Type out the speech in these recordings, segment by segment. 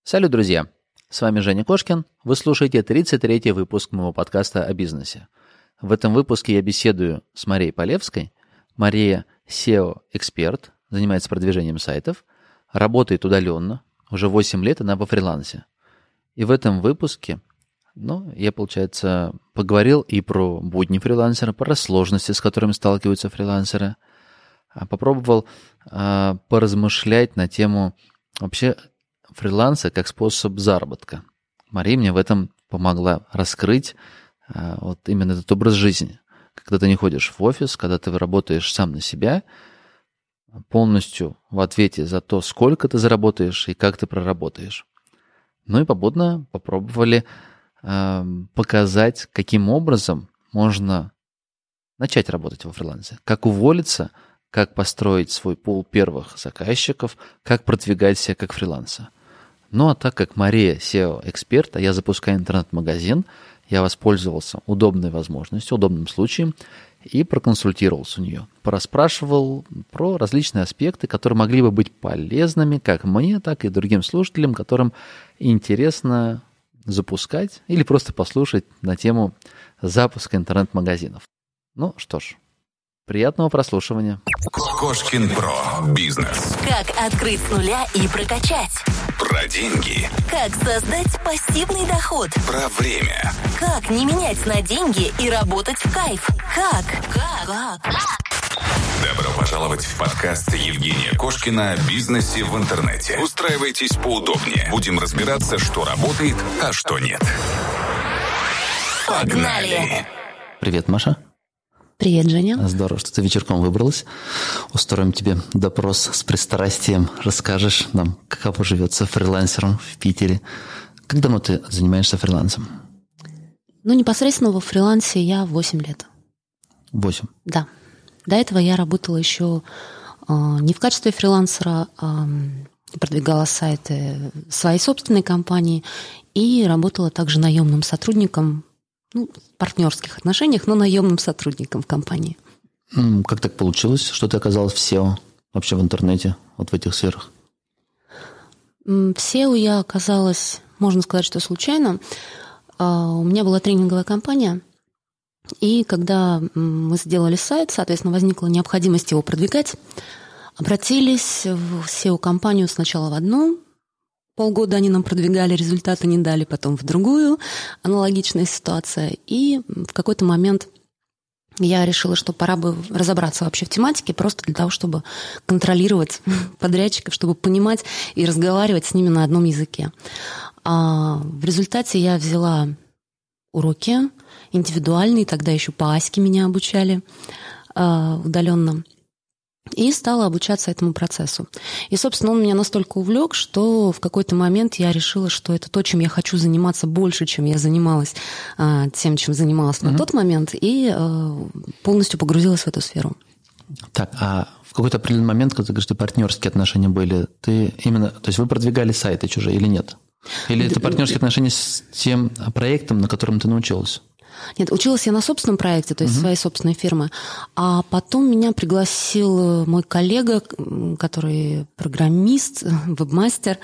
Салют, друзья! С вами Женя Кошкин. Вы слушаете 33-й выпуск моего подкаста о бизнесе. В этом выпуске я беседую с Марией Полевской. Мария SEO-эксперт, занимается продвижением сайтов, работает удаленно, уже 8 лет она во фрилансе. И в этом выпуске я, получается, поговорил и про будни фрилансера, про сложности, с которыми сталкиваются фрилансеры. Попробовал поразмышлять на тему вообще фриланса как способ заработка. Мария мне в этом помогла раскрыть вот именно этот образ жизни. Когда ты не ходишь в офис, когда ты работаешь сам на себя, полностью в ответе за то, сколько ты заработаешь и как ты проработаешь. Ну и попутно попробовали показать, каким образом можно начать работать во фрилансе, как уволиться, как построить свой пул первых заказчиков, как продвигать себя как фрилансера. Ну а так как Мария SEO-эксперт, а я запускаю интернет-магазин, я воспользовался удобной возможностью, удобным случаем и проконсультировался у нее. Порасспрашивал про различные аспекты, которые могли бы быть полезными как мне, так и другим слушателям, которым интересно запускать или просто послушать на тему запуска интернет-магазинов. Ну что ж, приятного прослушивания. Кошкин Про. Бизнес. Как открыть с нуля и прокачать. Про деньги. Как создать пассивный доход. Про время. Как не менять на деньги и работать в кайф. Как? Добро пожаловать в подкаст Евгения Кошкина о бизнесе в интернете. Устраивайтесь поудобнее. Будем разбираться, что работает, а что нет. Погнали! Привет, Маша. Привет, Женя. Здорово, что ты вечерком выбралась. Устроим тебе допрос с пристрастием. Расскажешь нам, каково живется фрилансером в Питере. Как давно ты занимаешься фрилансом? Непосредственно во фрилансе я 8 лет. 8? Да. До этого я работала еще не в качестве фрилансера, продвигала сайты своей собственной компании и работала также наемным сотрудником, в партнерских отношениях, но наемным сотрудником в компании. Как так получилось, что ты оказалась в SEO, вообще в интернете, вот в этих сферах? В SEO я оказалась, можно сказать, что случайно. У меня была тренинговая компания, и когда мы сделали сайт, соответственно, возникла необходимость его продвигать, обратились в SEO-компанию сначала в одну. Полгода они нам продвигали, результаты не дали, потом в другую, аналогичная ситуация. И в какой-то момент я решила, что пора бы разобраться вообще в тематике, просто для того, чтобы контролировать подрядчиков, чтобы понимать и разговаривать с ними на одном языке. В результате я взяла уроки индивидуальные, тогда еще по Аське меня обучали удаленно. И стала обучаться этому процессу. И, собственно, он меня настолько увлек, что в какой-то момент я решила, что это то, чем я хочу заниматься больше, чем я занималась тем, чем занималась на тот момент, и полностью погрузилась в эту сферу. Так, а в какой-то определенный момент, когда ты говоришь, что партнерские отношения были, то есть вы продвигали сайты чужие или нет? Или это партнерские отношения с тем проектом, на котором ты научилась? Нет, училась я на собственном проекте, то есть своей собственной фирмы. А потом меня пригласил мой коллега, который программист, вебмастер,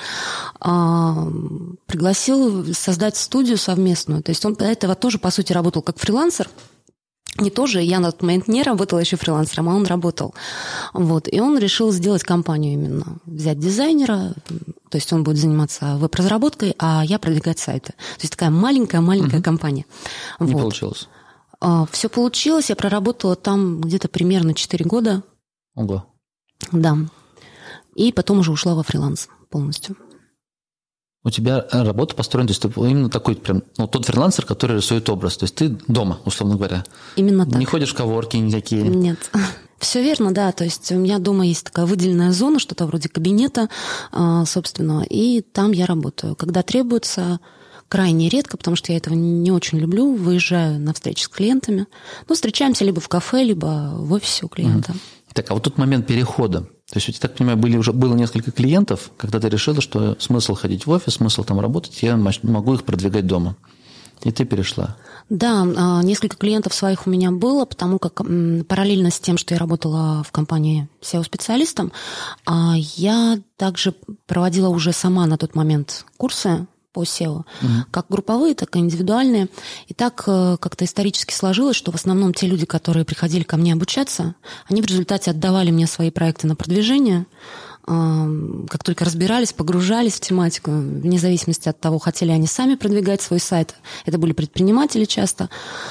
пригласил создать студию совместную. То есть он до этого тоже, по сути, работал как фрилансер. Не тоже, я на тот момент не работала еще фрилансером, а он работал. И он решил сделать компанию именно. Взять дизайнера, то есть он будет заниматься веб-разработкой, а я продвигать сайты. То есть такая маленькая компания. Не получилось? Все получилось, я проработала там где-то примерно 4 года. Ого. Да. И потом уже ушла во фриланс полностью. У тебя работа построена, то есть ты именно такой прям, тот фрилансер, который рисует образ. То есть ты дома, условно говоря. Именно так. Не ходишь в коворки никакие. Нет. Все верно, да. То есть у меня дома есть такая выделенная зона, что-то вроде кабинета собственного, и там я работаю. Когда требуется, крайне редко, потому что я этого не очень люблю, выезжаю на встречи с клиентами. Встречаемся либо в кафе, либо в офисе у клиента. Так, а вот тот момент перехода. То есть, я так понимаю, было несколько клиентов, когда ты решила, что смысл ходить в офис, смысл там работать, я могу их продвигать дома. И ты перешла? Да, несколько клиентов своих у меня было, потому как параллельно с тем, что я работала в компании SEO-специалистом, я также проводила уже сама на тот момент курсы по SEO, как групповые, так и индивидуальные. И так как-то исторически сложилось, что в основном те люди, которые приходили ко мне обучаться, они в результате отдавали мне свои проекты на продвижение, как только разбирались, погружались в тематику, вне зависимости от того, хотели они сами продвигать свой сайт. Это были предприниматели часто.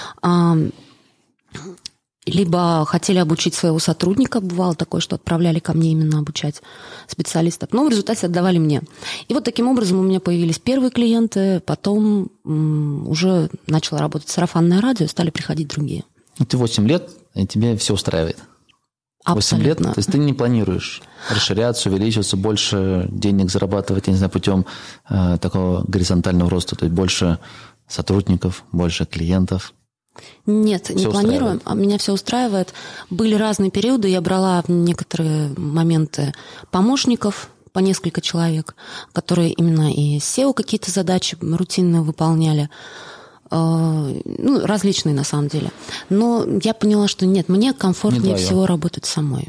Либо хотели обучить своего сотрудника, бывало такое, что отправляли ко мне именно обучать специалистов, но в результате отдавали мне. И вот таким образом у меня появились первые клиенты, потом уже начало работать сарафанное радио, стали приходить другие. Ты 8 лет, и тебе все устраивает? 8 лет, то есть ты не планируешь расширяться, увеличиваться, больше денег зарабатывать, я не знаю, путем такого горизонтального роста, то есть больше сотрудников, больше клиентов? Нет, не планирую. Меня все устраивает. Были разные периоды. Я брала в некоторые моменты помощников, по несколько человек, которые именно и SEO какие-то задачи рутинно выполняли. Различные на самом деле. Но я поняла, что нет, мне комфортнее всего работать самой.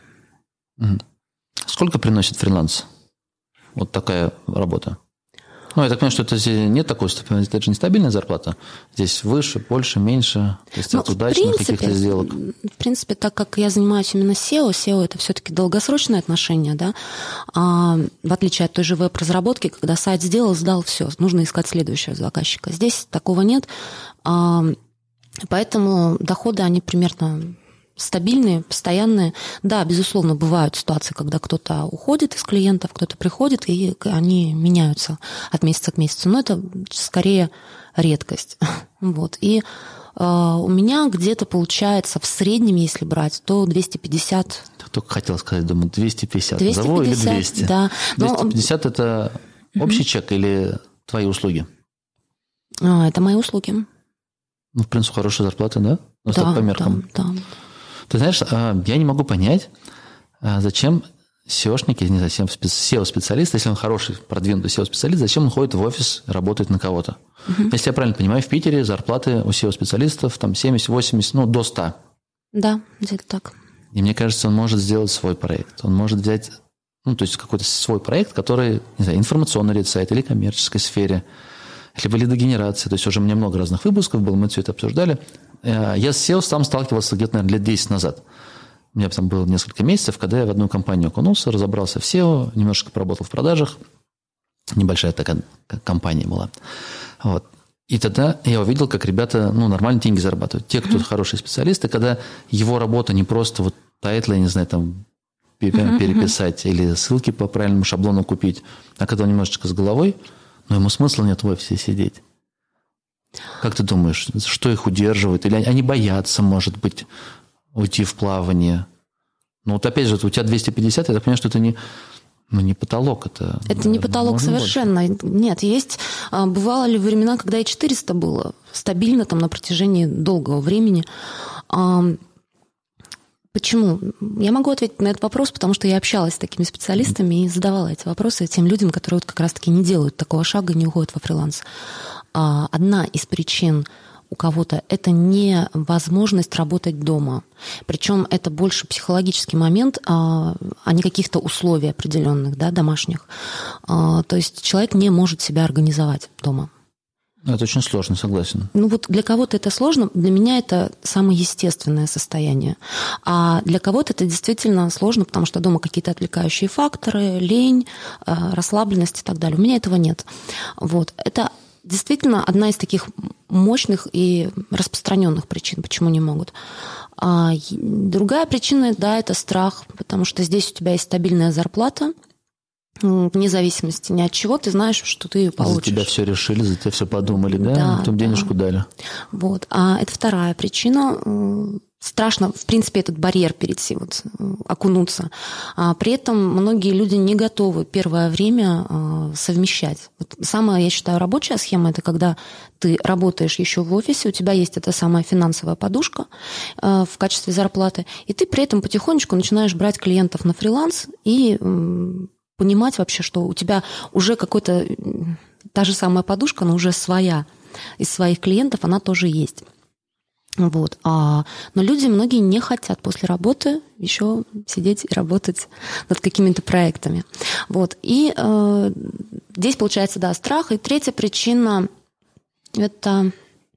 Сколько приносит фриланс? Вот такая работа. Я так понимаю, что это нет такой, это же нестабильная зарплата. Здесь выше, больше, меньше. То есть от удачных каких-то сделок. В принципе, так как я занимаюсь именно SEO это все-таки долгосрочные отношения, да, в отличие от той же веб-разработки, когда сайт сделал, сдал, все, нужно искать следующего заказчика. Здесь такого нет, поэтому доходы, они примерно стабильные, постоянные. Да, безусловно, бывают ситуации, когда кто-то уходит из клиентов, кто-то приходит, и они меняются от месяца к месяцу. Но это скорее редкость. Вот. И у меня где-то получается в среднем, если брать, то 250. Только хотела сказать, думаю, 250. 250, или 200? Да. 250 – это общий чек или твои услуги? Это мои услуги. В принципе, хорошая зарплата, да? Да, по меркам. Да. Ты знаешь, я не могу понять, зачем SEOшники, не знаю, SEO-специалист, если он хороший, продвинутый SEO-специалист, зачем он ходит в офис, работает на кого-то? Если я правильно понимаю, в Питере зарплаты у SEO-специалистов там 70-80, до 100. Да, где-то так. И мне кажется, он может сделать свой проект. Он может взять, то есть какой-то свой проект, который, не знаю, информационный сайт или коммерческой сфере, либо лидогенерация. То есть уже у меня много разных выпусков было, мы все это обсуждали. Я с SEO сам сталкивался где-то, наверное, лет 10 назад. У меня там было несколько месяцев, когда я в одну компанию окунулся, разобрался в SEO, немножко поработал в продажах. Небольшая такая компания была. Вот. И тогда я увидел, как ребята нормально деньги зарабатывают. Те, кто хорошие специалисты, когда его работа не просто тайтлы, я не знаю, там переписать или ссылки по правильному шаблону купить, а когда он немножечко с головой, но ему смысла нет в офисе сидеть. Как ты думаешь, что их удерживает? Или они боятся, может быть, уйти в плавание? Опять же, у тебя 250, я так понимаю, что это не потолок. Это не потолок совершенно. Больше. Нет, есть... Бывало ли времена, когда и 400 было стабильно там на протяжении долгого времени. Почему? Я могу ответить на этот вопрос, потому что я общалась с такими специалистами и задавала эти вопросы тем людям, которые как раз-таки не делают такого шага, не уходят во фриланс. Одна из причин у кого-то – это невозможность работать дома. Причем это больше психологический момент, а не каких-то условий определенных, да, домашних. То есть человек не может себя организовать дома. Это очень сложно, согласен. Для кого-то это сложно, для меня это самое естественное состояние. А для кого-то это действительно сложно, потому что дома какие-то отвлекающие факторы, лень, расслабленность и так далее. У меня этого нет. Это действительно одна из таких мощных и распространенных причин, почему не могут. А другая причина, да, это страх, потому что здесь у тебя есть стабильная зарплата, вне зависимости ни от чего, ты знаешь, что ты ее получишь. За тебя все решили, за тебя все подумали, да? Потом денежку дали. А это вторая причина. Страшно, в принципе, этот барьер перейти, окунуться. При этом многие люди не готовы первое время совмещать. Самая, я считаю, рабочая схема – это когда ты работаешь еще в офисе, у тебя есть эта самая финансовая подушка в качестве зарплаты, и ты при этом потихонечку начинаешь брать клиентов на фриланс и понимать вообще, что у тебя уже какой-то та же самая подушка, но уже своя. из своих клиентов, она тоже есть. Вот. Но люди многие не хотят после работы еще сидеть и работать над какими-то проектами. Вот. И здесь получается, да, страх. И третья причина – это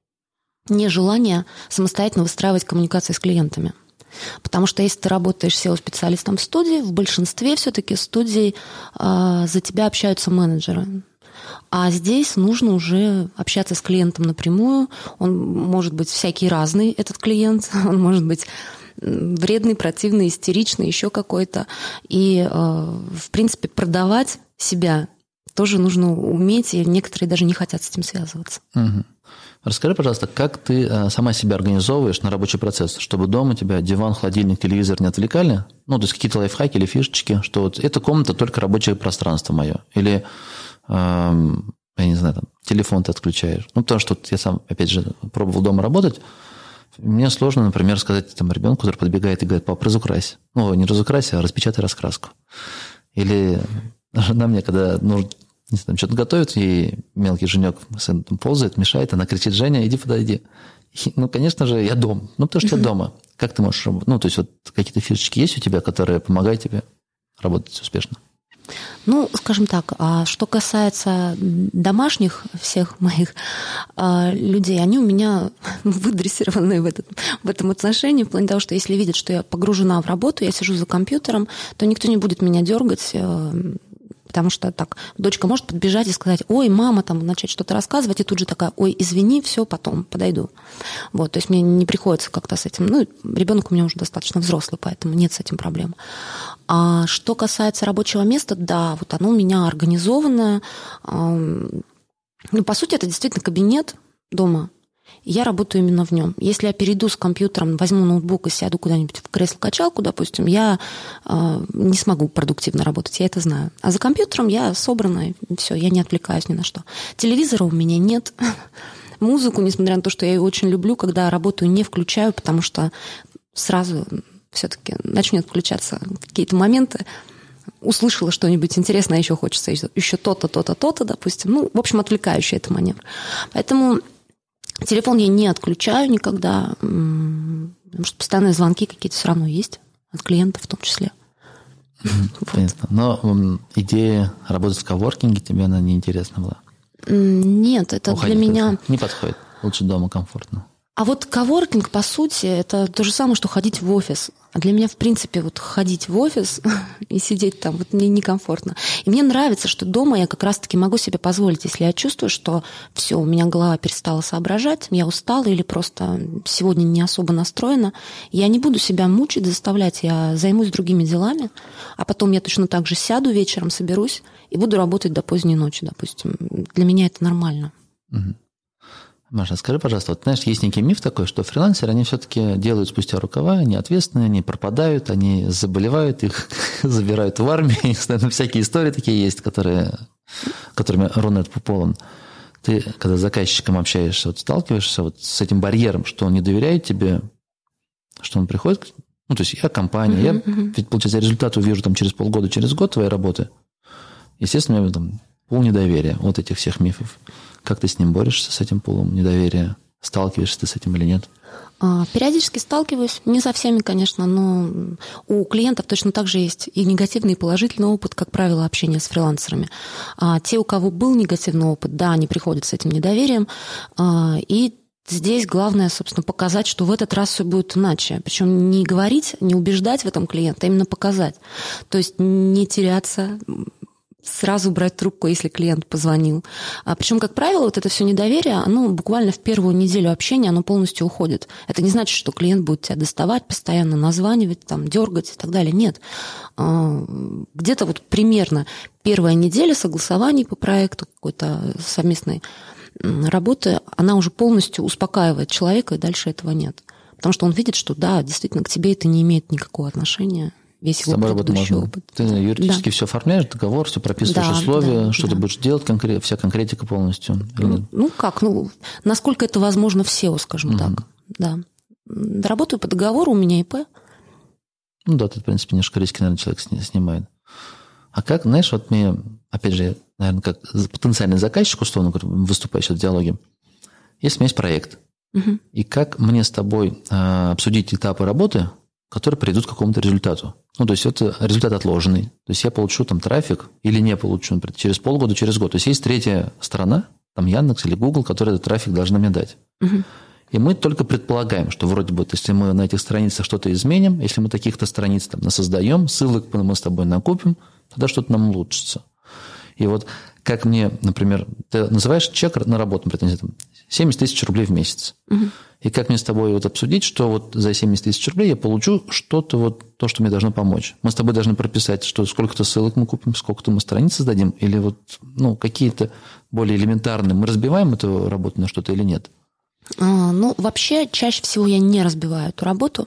нежелание самостоятельно выстраивать коммуникации с клиентами. Потому что если ты работаешь SEO-специалистом в студии, в большинстве все-таки студий за тебя общаются менеджеры. А здесь нужно уже общаться с клиентом напрямую. Он может быть всякий разный, этот клиент. Он может быть вредный, противный, истеричный, еще какой-то. И, в принципе, продавать себя тоже нужно уметь, и некоторые даже не хотят с этим связываться. Угу. Расскажи, пожалуйста, как ты сама себя организовываешь на рабочий процесс, чтобы дома тебя диван, холодильник, телевизор не отвлекали? Ну, то есть какие-то лайфхаки или фишечки, что вот эта комната только рабочее пространство мое. Или, я не знаю, там, телефон ты отключаешь. Ну, потому что я сам, опять же, пробовал дома работать. Мне сложно, например, сказать там, ребенку, который подбегает и говорит: пап, разукрась. Ну, не разукрась, а распечатай раскраску. Или жена мне, когда нужно, не знаю, что-то готовит, и мелкий женек сын там ползает, мешает, она кричит: Женя, иди подойди. И, ну, конечно же, я дома. Ну, потому что я дома. Как ты можешь работать? Ну, то есть вот какие-то фишечки есть у тебя, которые помогают тебе работать успешно? Ну, скажем так, что касается домашних всех моих людей, они у меня выдрессированы в этом отношении, в плане того, что если видят, что я погружена в работу, я сижу за компьютером, то никто не будет меня дергать, потому что так дочка может подбежать и сказать: ой, мама, там, начать что-то рассказывать, и тут же такая: ой, извини, все, потом подойду. Вот, то есть мне не приходится как-то с этим. Ну, ребенок у меня уже достаточно взрослый, поэтому нет с этим проблем. А что касается рабочего места, да, вот оно у меня организованное. Ну, по сути, это действительно кабинет дома. Я работаю именно в нем. Если я перейду с компьютером, возьму ноутбук и сяду куда-нибудь в кресло-качалку, допустим, я не смогу продуктивно работать, я это знаю. А за компьютером я собрана, все, я не отвлекаюсь ни на что. Телевизора у меня нет. Музыку, несмотря на то, что я ее очень люблю, когда работаю, не включаю, потому что сразу все-таки начнет включаться какие-то моменты. Услышала что-нибудь интересное, еще хочется еще то-то, то-то, то-то, допустим. Ну, в общем, отвлекающий это маневр. Поэтому телефон я не отключаю никогда, потому что постоянные звонки какие-то все равно есть, от клиентов в том числе. Понятно. Но идея работать в коворкинге тебе она не интересна была? Нет, это Уходить для меня... Не подходит. Лучше дома комфортно. А вот коворкинг, по сути, это то же самое, что ходить в офис. А для меня, в принципе, вот ходить в офис и сидеть там, вот мне некомфортно. И мне нравится, что дома я как раз-таки могу себе позволить, если я чувствую, что все, у меня голова перестала соображать, я устала или просто сегодня не особо настроена, я не буду себя мучить, заставлять, я займусь другими делами, а потом я точно так же сяду вечером, соберусь и буду работать до поздней ночи, допустим. Для меня это нормально. Угу. Маша, скажи, пожалуйста, вот знаешь, есть некий миф такой, что фрилансеры, они все-таки делают спустя рукава, они ответственные, они пропадают, они заболевают, их забирают в армию, всякие истории такие есть, которыми Рунет полон. Ты, когда с заказчиком общаешься, вот сталкиваешься вот с этим барьером, что он не доверяет тебе, что он приходит, ну, то есть я компания, я, ведь, получается, результат увижу там через полгода, через год твоей работы. Естественно, у меня там пул недоверия, вот этих всех мифов. Как ты с ним борешься, с этим пулом недоверия? Сталкиваешься ты с этим или нет? Периодически сталкиваюсь, не со всеми, конечно, но у клиентов точно так же есть и негативный, и положительный опыт, как правило, общения с фрилансерами. Те, у кого был негативный опыт, да, они приходят с этим недоверием, и здесь главное, собственно, показать, что в этот раз все будет иначе. Причем не говорить, не убеждать в этом клиента, а именно показать. То есть не теряться, сразу брать трубку, если клиент позвонил. Причем, как правило, вот это все недоверие, оно буквально в первую неделю общения, оно полностью уходит. Это не значит, что клиент будет тебя доставать, постоянно названивать, там, дергать и так далее. Нет. Где-то вот примерно первая неделя согласований по проекту, какой-то совместной работы, она уже полностью успокаивает человека, и дальше этого нет. Потому что он видит, что да, действительно, к тебе это не имеет никакого отношения. Весь его предыдущий опыт. Ты юридически все оформляешь, договор, все прописываешь, условия, что ты будешь делать, вся конкретика полностью. Насколько это возможно в SEO, скажем так. Да. Работаю по договору, у меня ИП. Ну да, ты, в принципе, немножко риски, наверное, человек снимает. А как, знаешь, вот мне, опять же, наверное, как потенциальный заказчик, условно говоря, выступающий в диалоге, если у меня есть проект, и как мне с тобой обсудить этапы работы, которые приведут к какому-то результату. Ну, то есть это результат отложенный. То есть я получу там трафик или не получу, например, через полгода, через год. То есть есть третья сторона, там Яндекс или Google, которые этот трафик должны мне дать. И мы только предполагаем, что вроде бы, если мы на этих страницах что-то изменим, если мы таких-то страниц там насоздаем, ссылок мы с тобой накупим, тогда что-то нам улучшится. И вот как мне, например, ты называешь чек на работу, например, там, 70 тысяч рублей в месяц. И как мне с тобой вот обсудить, что вот за 70 тысяч рублей я получу что-то, вот то, что мне должно помочь. Мы с тобой должны прописать, что сколько-то ссылок мы купим, сколько-то мы страниц создадим, или вот какие-то более элементарные. Мы разбиваем эту работу на что-то или нет? Вообще, чаще всего я не разбиваю эту работу.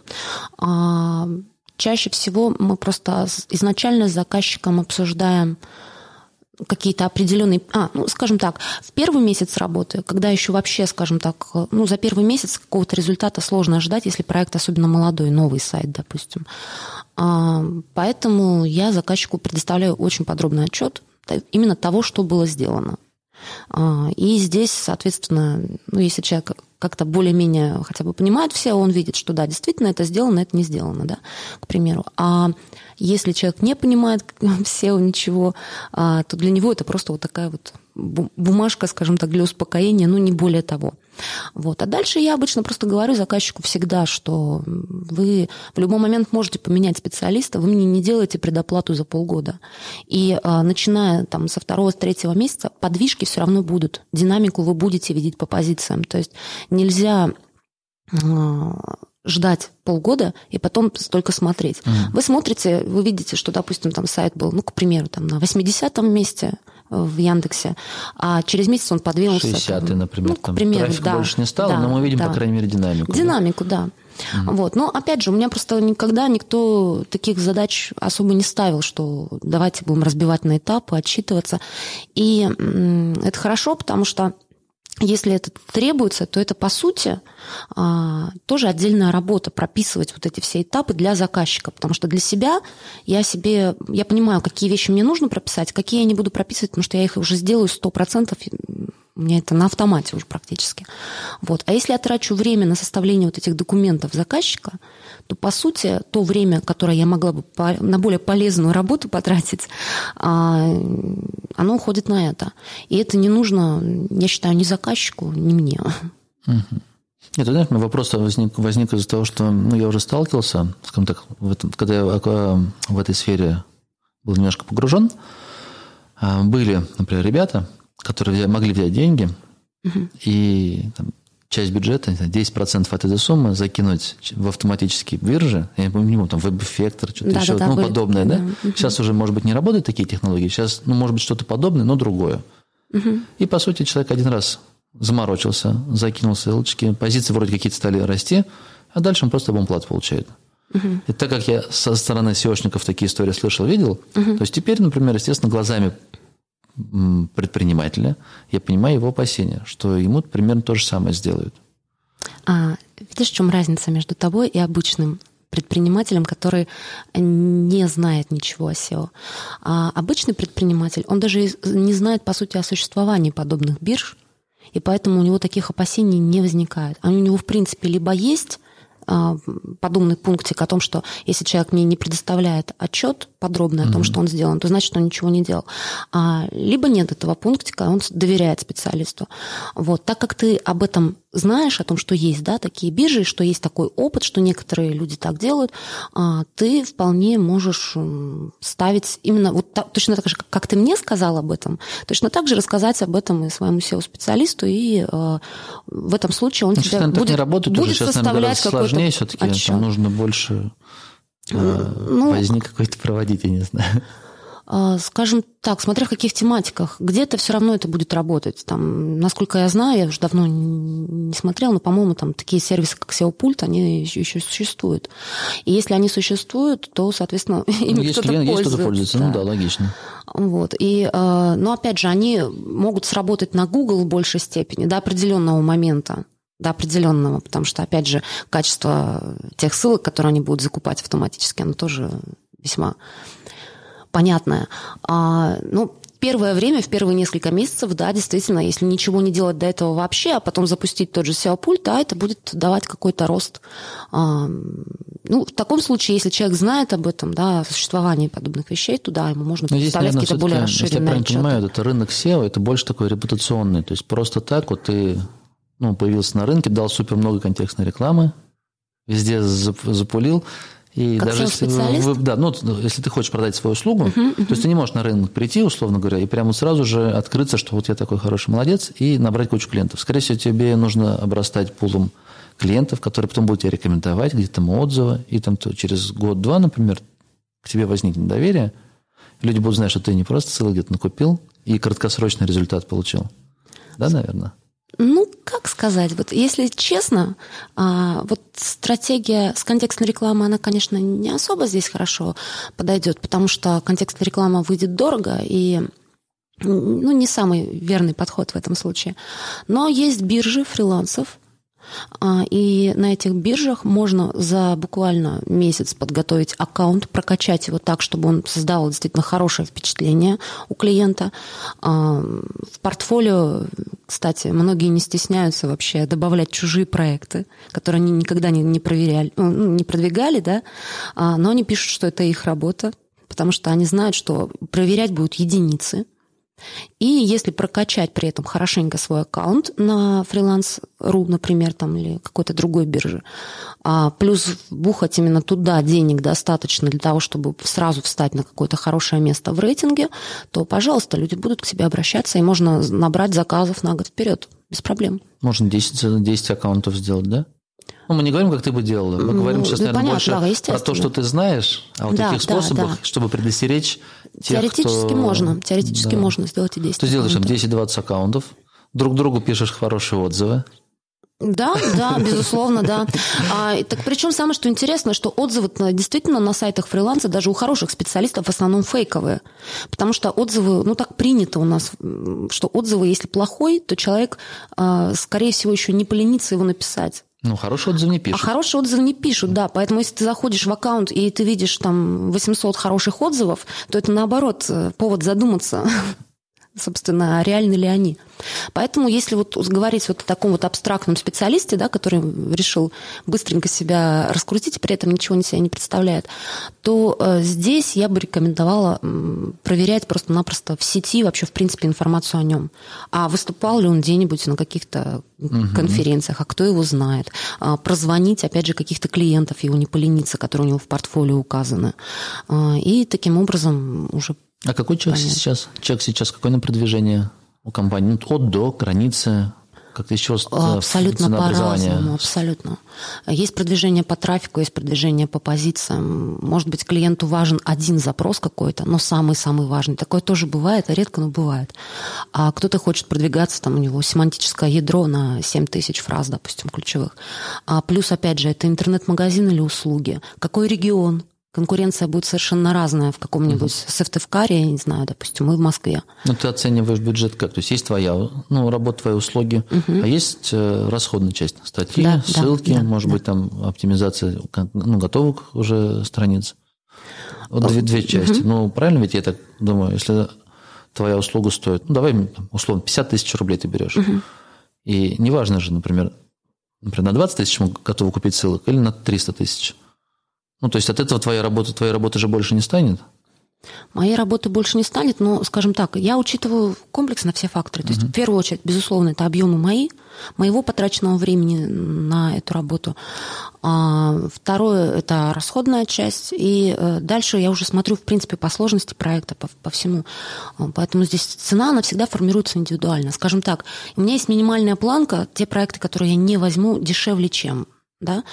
Чаще всего мы просто изначально с заказчиком обсуждаем какие-то определенные... скажем так, в первый месяц работы, когда еще вообще, скажем так, за первый месяц какого-то результата сложно ожидать, если проект особенно молодой, новый сайт, допустим. Поэтому я заказчику предоставляю очень подробный отчет именно того, что было сделано. И здесь, соответственно, если человек как-то более-менее хотя бы понимает все, он видит, что да, действительно это сделано, это не сделано, да, к примеру. А если человек не понимает SEO ничего, то для него это просто вот такая вот бумажка, скажем так, для успокоения, не более того. Вот. А дальше я обычно просто говорю заказчику всегда, что вы в любой момент можете поменять специалиста, вы мне не делаете предоплату за полгода. И начиная там, со 2-3 месяца подвижки все равно будут. Динамику вы будете видеть по позициям. То есть нельзя ждать полгода и потом только смотреть. Вы смотрите, вы видите, что, допустим, там сайт был, к примеру, там на 80-м месте в Яндексе, а через месяц он подвинулся. 60-й, например, к примеру, трафика больше не стало, но мы видим, по крайней мере, динамику. Динамику, да. Вот. Но, опять же, у меня просто никогда никто таких задач особо не ставил, что давайте будем разбивать на этапы, отчитываться. И это хорошо, потому что если это требуется, то это, по сути, тоже отдельная работа, прописывать вот эти все этапы для заказчика, потому что для себя я понимаю, какие вещи мне нужно прописать, какие я не буду прописывать, потому что я их уже сделаю 100%, у меня это на автомате уже практически. Вот. А если я трачу время на составление вот этих документов заказчика, то, по сути, то время, которое я могла бы на более полезную работу потратить, оно уходит на это. И это не нужно, я считаю, ни заказчику, ни мне. Нет, знаешь, у меня вопрос возник из-за того, что я уже сталкивался, скажем так, когда я в этой сфере был немножко погружен, были, например, ребята, которые могли взять деньги и часть бюджета, 10% от этой суммы закинуть в автоматические биржи, я не помню, там WebEffector, что-то еще, подобное, да? Сейчас уже, может быть, не работают такие технологии, сейчас, может быть, что-то подобное, но другое. И, по сути, человек один раз заморочился, закинул ссылочки, позиции вроде какие-то стали расти, а дальше он просто абонплату получает. И так как я со стороны SEOшников такие истории слышал, видел, то есть теперь, например, естественно, глазами предпринимателя, я понимаю его опасения, что ему примерно то же самое сделают. Видишь, в чем разница между тобой и обычным предпринимателем, который не знает ничего о SEO? Обычный предприниматель, он даже не знает, по сути, о существовании подобных бирж, и поэтому у него таких опасений не возникает. Они у него, в принципе, либо есть подобный пунктик о том, что если человек мне не предоставляет отчет подробный о том, что он сделал, то значит, он ничего не делал. Либо нет этого пунктика, он доверяет специалисту. Вот. Так как ты об этом знаешь, о том, что есть такие биржи, что есть такой опыт, что некоторые люди так делают, ты вполне можешь ставить именно точно так же, как ты мне сказал об этом, точно так же рассказать об этом и своему SEO-специалисту, и в этом случае он тебе будет составлять какой-то сложнее все-таки, там нужно больше возни какой-то проводить, я не знаю. Скажем так, смотря в каких тематиках, где-то все равно это будет работать. Там, насколько я знаю, я уже давно не смотрела, но, по-моему, там такие сервисы, как SEO-пульт, они еще существуют. И если они существуют, то, соответственно, ими кто-то пользуется. Есть кто-то пользуется, логично. Вот. Но, опять же, они могут сработать на Google в большей степени до определенного момента. До определенного, потому что, опять же, качество тех ссылок, которые они будут закупать автоматически, оно тоже весьма понятное. первое время, в первые несколько месяцев, да, действительно, если ничего не делать до этого вообще, а потом запустить тот же SEO-пульт, да, это будет давать какой-то рост. В таком случае, если человек знает об этом, да, о существовании подобных вещей, то да, ему можно представлять какие-то более расширенные отчеты. Если я правильно понимаю, это рынок SEO, это больше такой репутационный. То есть просто так вот ты появился на рынке, дал супер много контекстной рекламы, везде запулил. И как даже если ты хочешь продать свою услугу, то есть ты не можешь на рынок прийти, условно говоря, и прямо сразу же открыться, что вот я такой хороший молодец, и набрать кучу клиентов. Скорее всего, тебе нужно обрастать пулом клиентов, которые потом будут тебя рекомендовать, где-то там отзывы, и там через год-два, например, к тебе возникнет доверие, люди будут знать, что ты не просто ссылок где-то накупил и краткосрочный результат получил. Да, наверное? Как сказать, вот если честно, вот стратегия с контекстной рекламой, она, конечно, не особо здесь хорошо подойдет, потому что контекстная реклама выйдет дорого и не самый верный подход в этом случае. Но есть биржи фрилансов, и на этих биржах можно за буквально месяц подготовить аккаунт, прокачать его так, чтобы он создавал действительно хорошее впечатление у клиента. В портфолио, кстати, многие не стесняются вообще добавлять чужие проекты, которые они никогда не проверяли, не продвигали, да, но они пишут, что это их работа, потому что они знают, что проверять будут единицы. И если прокачать при этом хорошенько свой аккаунт на freelance.ru, например, там, или какой-то другой бирже, плюс вбухать именно туда денег достаточно для того, чтобы сразу встать на какое-то хорошее место в рейтинге, то, пожалуйста, люди будут к тебе обращаться, и можно набрать заказов на год вперед без проблем. Можно 10 аккаунтов сделать, да? Мы не говорим, как ты бы делала. Мы говорим сейчас, наверное, понятно, больше про то, что ты знаешь, о вот таких способах, чтобы предостеречь тех, Теоретически можно сделать и 10 Ты сделаешь там 10-20 аккаунтов, друг другу пишешь хорошие отзывы. Да, безусловно, да. Так причем самое, что интересно, что отзывы действительно на сайтах фриланса, даже у хороших специалистов, в основном фейковые. Потому что отзывы, так принято у нас, что отзывы, если плохой, то человек, скорее всего, еще не поленится его написать. Хороший отзыв не пишут. А хорошие отзывы не пишут, да. Поэтому если ты заходишь в аккаунт и ты видишь там 800 хороших отзывов, то это, наоборот, повод задуматься, собственно, реальны ли они. Поэтому если вот говорить вот о таком вот абстрактном специалисте, да, который решил быстренько себя раскрутить и при этом ничего себя не представляет, то здесь я бы рекомендовала проверять просто-напросто в сети вообще, в принципе, информацию о нем. А выступал ли он где-нибудь на каких-то конференциях, а кто его знает. Прозвонить, опять же, каких-то клиентов, его не полениться, которые у него в портфолио указаны. И таким образом уже... А какой чек сейчас? Какое продвижение у компании? От до, границы? Как-то еще абсолютно по-разному, абсолютно. Есть продвижение по трафику, есть продвижение по позициям. Может быть, клиенту важен один запрос какой-то, но самый-самый важный. Такое тоже бывает, а редко, но бывает. А кто-то хочет продвигаться, там у него семантическое ядро на 7000 фраз, допустим, ключевых. Плюс, опять же, это интернет-магазин или услуги. Какой регион? Конкуренция будет совершенно разная в каком-нибудь Сыктывкаре, я не знаю, допустим, и в Москве. Ты оцениваешь бюджет как? То есть есть твоя работа, твои услуги, а есть расходная часть, статьи, ссылки, может быть, там оптимизация готовых уже страниц. Вот две части. Правильно ведь я так думаю, если твоя услуга стоит, давай, условно, 50 тысяч рублей ты берешь. И неважно же, например, на 20 тысяч мы готовы купить ссылок или на 300 тысяч. То есть от этого твоей работы же больше не станет? Моей работы больше не станет, но, скажем так, я учитываю комплексно все факторы. То есть, в первую очередь, безусловно, это объемы моего потраченного времени на эту работу. Второе – это расходная часть. И дальше я уже смотрю, в принципе, по сложности проекта, по всему. Поэтому здесь цена, она всегда формируется индивидуально. Скажем так, у меня есть минимальная планка, те проекты, которые я не возьму, дешевле, чем... Да?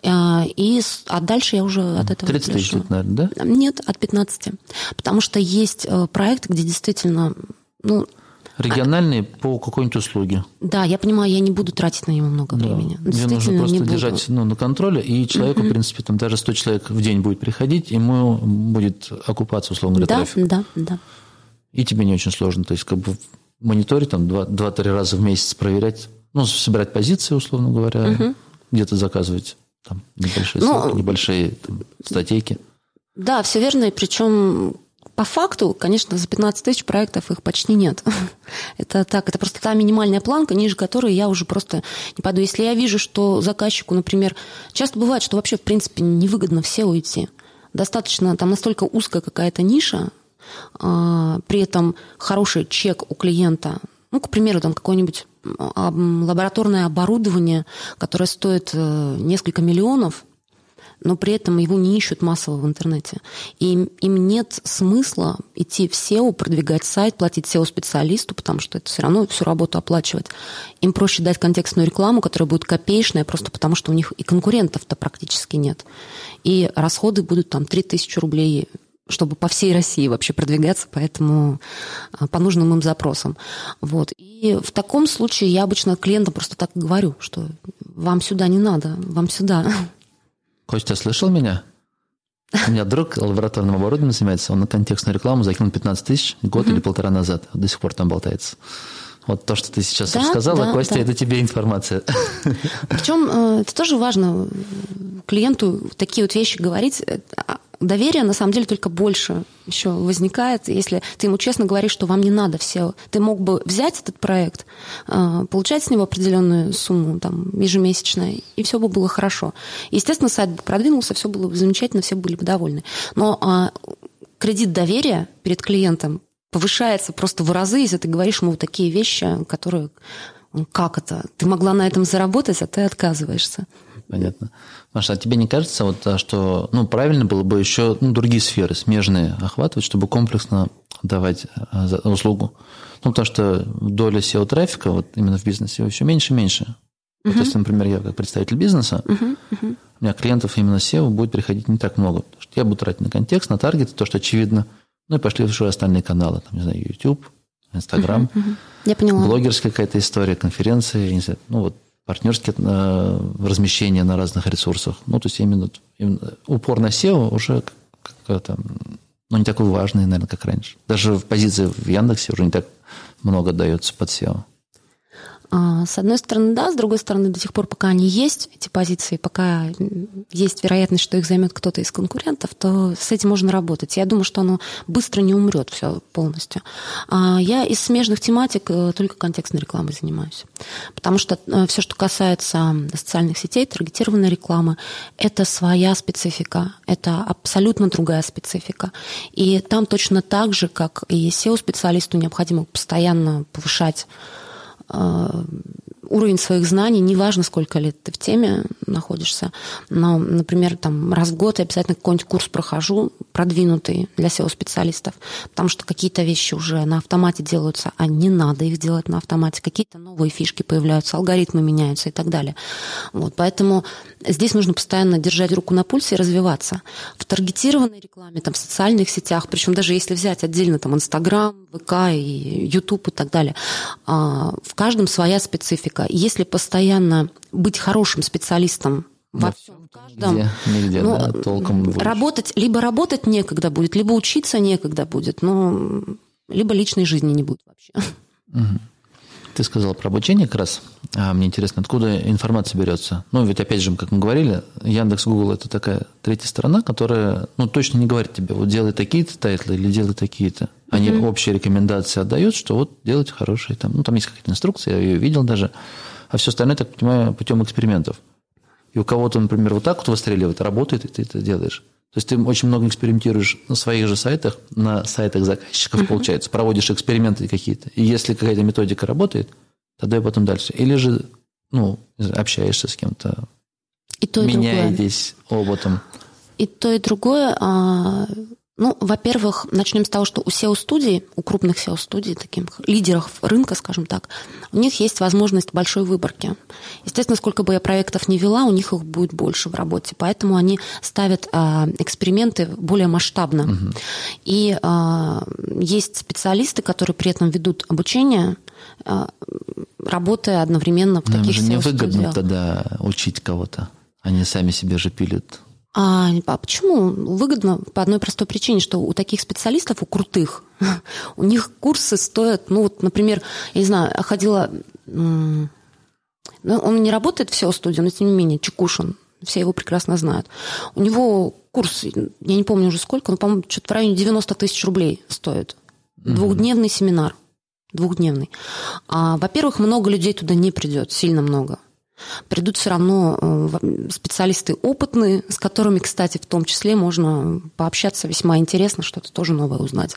А дальше я уже от этого 30 тысяч, наверное, да? Нет, от 15. Потому что есть проекты, где действительно... Региональные по какой-нибудь услуге. Да, я понимаю, я не буду тратить на него много времени. Где нужно просто держать на контроле, и человеку, в принципе, там даже 100 человек в день будет приходить, ему будет окупаться, условно говоря, трафик. Да. И тебе не очень сложно. То есть мониторить, 2-3 раза в месяц проверять, собирать позиции, условно говоря, где-то заказывать там небольшие статейки. Да, все верно. И причем По факту, конечно, за 15 тысяч проектов их почти нет. Это так, это просто та минимальная планка, ниже которой я уже просто не пойду. Если я вижу, что заказчику, например, часто бывает, что вообще, в принципе, невыгодно в SEO идти. Достаточно, там настолько узкая какая-то ниша, при этом хороший чек у клиента, ну, к примеру, там какое-нибудь лабораторное оборудование, которое стоит несколько миллионов, но при этом его не ищут массово в интернете. И им нет смысла идти в SEO, продвигать сайт, платить SEO-специалисту, потому что это все равно всю работу оплачивать. Им проще дать контекстную рекламу, которая будет копеечная, просто потому что у них и конкурентов-то практически нет. И расходы будут там 3000 рублей, чтобы по всей России вообще продвигаться, поэтому по нужным им запросам. Вот. И в таком случае я обычно клиентам просто так и говорю, что вам сюда не надо, вам сюда. Костя, слышал меня? У меня друг лабораторным оборудованием занимается, он на контекстную рекламу закинул 15 тысяч год или полтора назад. До сих пор там болтается. Вот то, что ты сейчас рассказала, Костя, это тебе информация. Причем это тоже важно клиенту такие вот вещи говорить. Доверие, на самом деле, только больше еще возникает, если ты ему честно говоришь, что вам не надо все. Ты мог бы взять этот проект, получать с него определенную сумму там, ежемесячно, и все бы было хорошо. Естественно, сайт бы продвинулся, все было бы замечательно, все были бы довольны. Но кредит доверия перед клиентом повышается просто в разы, если ты говоришь ему вот такие вещи, которые... Как это? Ты могла на этом заработать, а ты отказываешься. Понятно. Маша, а тебе не кажется, вот, что правильно было бы еще другие сферы смежные охватывать, чтобы комплексно давать услугу? Потому что доля SEO-трафика вот именно в бизнесе все меньше и меньше. Вот если, например, я как представитель бизнеса, у меня клиентов именно SEO будет приходить не так много. Потому что я буду тратить на контекст, на таргет, то, что очевидно. Ну и пошли уже остальные каналы, там, не знаю, YouTube, Инстаграм, я поняла. Блогерская какая-то история, конференции, не знаю, партнерские размещения на разных ресурсах. То есть именно упор на SEO уже как-то, не такой важный, наверное, как раньше. Даже в позиции в Яндексе уже не так много дается под SEO. С одной стороны, да, с другой стороны, до тех пор, пока они есть, эти позиции, пока есть вероятность, что их займет кто-то из конкурентов, то с этим можно работать. Я думаю, что оно быстро не умрет все полностью. Я из смежных тематик только контекстной рекламой занимаюсь. Потому что все, что касается социальных сетей, таргетированной рекламы, это своя специфика, это абсолютно другая специфика. И там точно так же, как и SEO-специалисту необходимо постоянно повышать уровень своих знаний, неважно, сколько лет ты в теме находишься, но, например, там, раз в год я обязательно какой-нибудь курс прохожу, продвинутый для SEO-специалистов, потому что какие-то вещи уже на автомате делаются, а не надо их делать на автомате, какие-то новые фишки появляются, алгоритмы меняются и так далее. Вот, поэтому здесь нужно постоянно держать руку на пульсе и развиваться. В таргетированной рекламе, там, в социальных сетях, причем даже если взять отдельно там, Инстаграм, ВК и Ютуб и так далее, в каждом своя специфика. Если постоянно быть хорошим специалистом во всем, каждом, нигде, да, толком либо работать некогда будет, либо учиться некогда будет, либо личной жизни не будет вообще. Ты сказал про обучение как раз. Мне интересно, откуда информация берется? Ведь опять же, как мы говорили, Яндекс, Google – это такая третья сторона, которая точно не говорит тебе, вот делай такие-то тайтлы или делай такие-то. Они общие рекомендации отдают, что вот делать хорошие. Там есть какая-то инструкция, я ее видел даже. А все остальное, так понимаю, путем экспериментов. И у кого-то, например, вот так вот выстреливает, работает, и ты это делаешь. То есть ты очень много экспериментируешь на своих же сайтах, на сайтах заказчиков, получается, проводишь эксперименты какие-то. И если какая-то методика работает, тогда и потом дальше. Или же общаешься с кем-то, меняетесь опытом. И то, и другое. Во-первых, начнем с того, что у SEO-студий, у крупных SEO-студий, таких лидеров рынка, скажем так, у них есть возможность большой выборки. Естественно, сколько бы я проектов ни вела, у них их будет больше в работе. Поэтому они ставят эксперименты более масштабно. И есть специалисты, которые при этом ведут обучение, работая одновременно в таких SEO-студиях. Им же невыгодно тогда учить кого-то. Они сами себе же пилят. А почему? Выгодно по одной простой причине, что у таких специалистов, у крутых, у них курсы стоят, например, я не знаю, ходила... он не работает в SEO-студии, но тем не менее, Чекушин, все его прекрасно знают. У него курс, я не помню уже сколько, но, по-моему, что-то в районе 90 тысяч рублей стоит. Двухдневный семинар. Двухдневный. Во-первых, много людей туда не придет, сильно много. Придут все равно специалисты опытные, с которыми, кстати, в том числе можно пообщаться весьма интересно, что-то тоже новое узнать.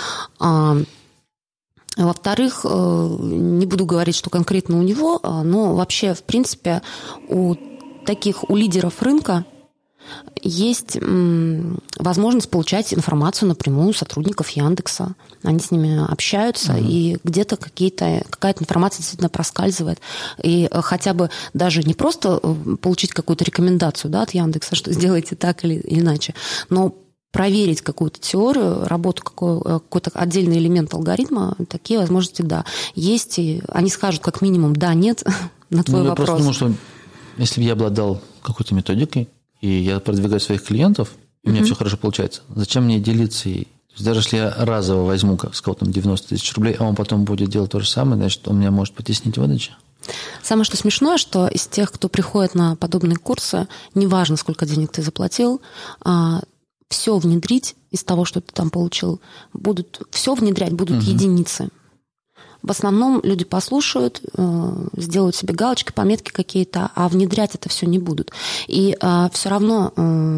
Во-вторых, не буду говорить, что конкретно у него, но вообще, в принципе, у лидеров рынка есть возможность получать информацию напрямую у сотрудников Яндекса. Они с ними общаются, и где-то какая-то информация действительно проскальзывает. И хотя бы даже не просто получить какую-то рекомендацию, да, от Яндекса, что сделайте так или иначе, но проверить какую-то теорию, работу какой-то отдельный элемент алгоритма, такие возможности, да, есть. И они скажут как минимум «да», «нет» на твой вопрос. Я просто думаю, что если бы я обладал какой-то методикой, и я продвигаю своих клиентов, и у меня все хорошо получается, зачем мне делиться ей? То есть даже если я разово возьму с кого-то 90 тысяч рублей, а он потом будет делать то же самое, значит, он меня может потеснить в выдаче. Самое что смешное, что из тех, кто приходит на подобные курсы, неважно, сколько денег ты заплатил, все внедрить из того, что ты там получил, все внедрять будут единицы. В основном люди послушают, сделают себе галочки, пометки какие-то, а внедрять это все не будут. И все равно,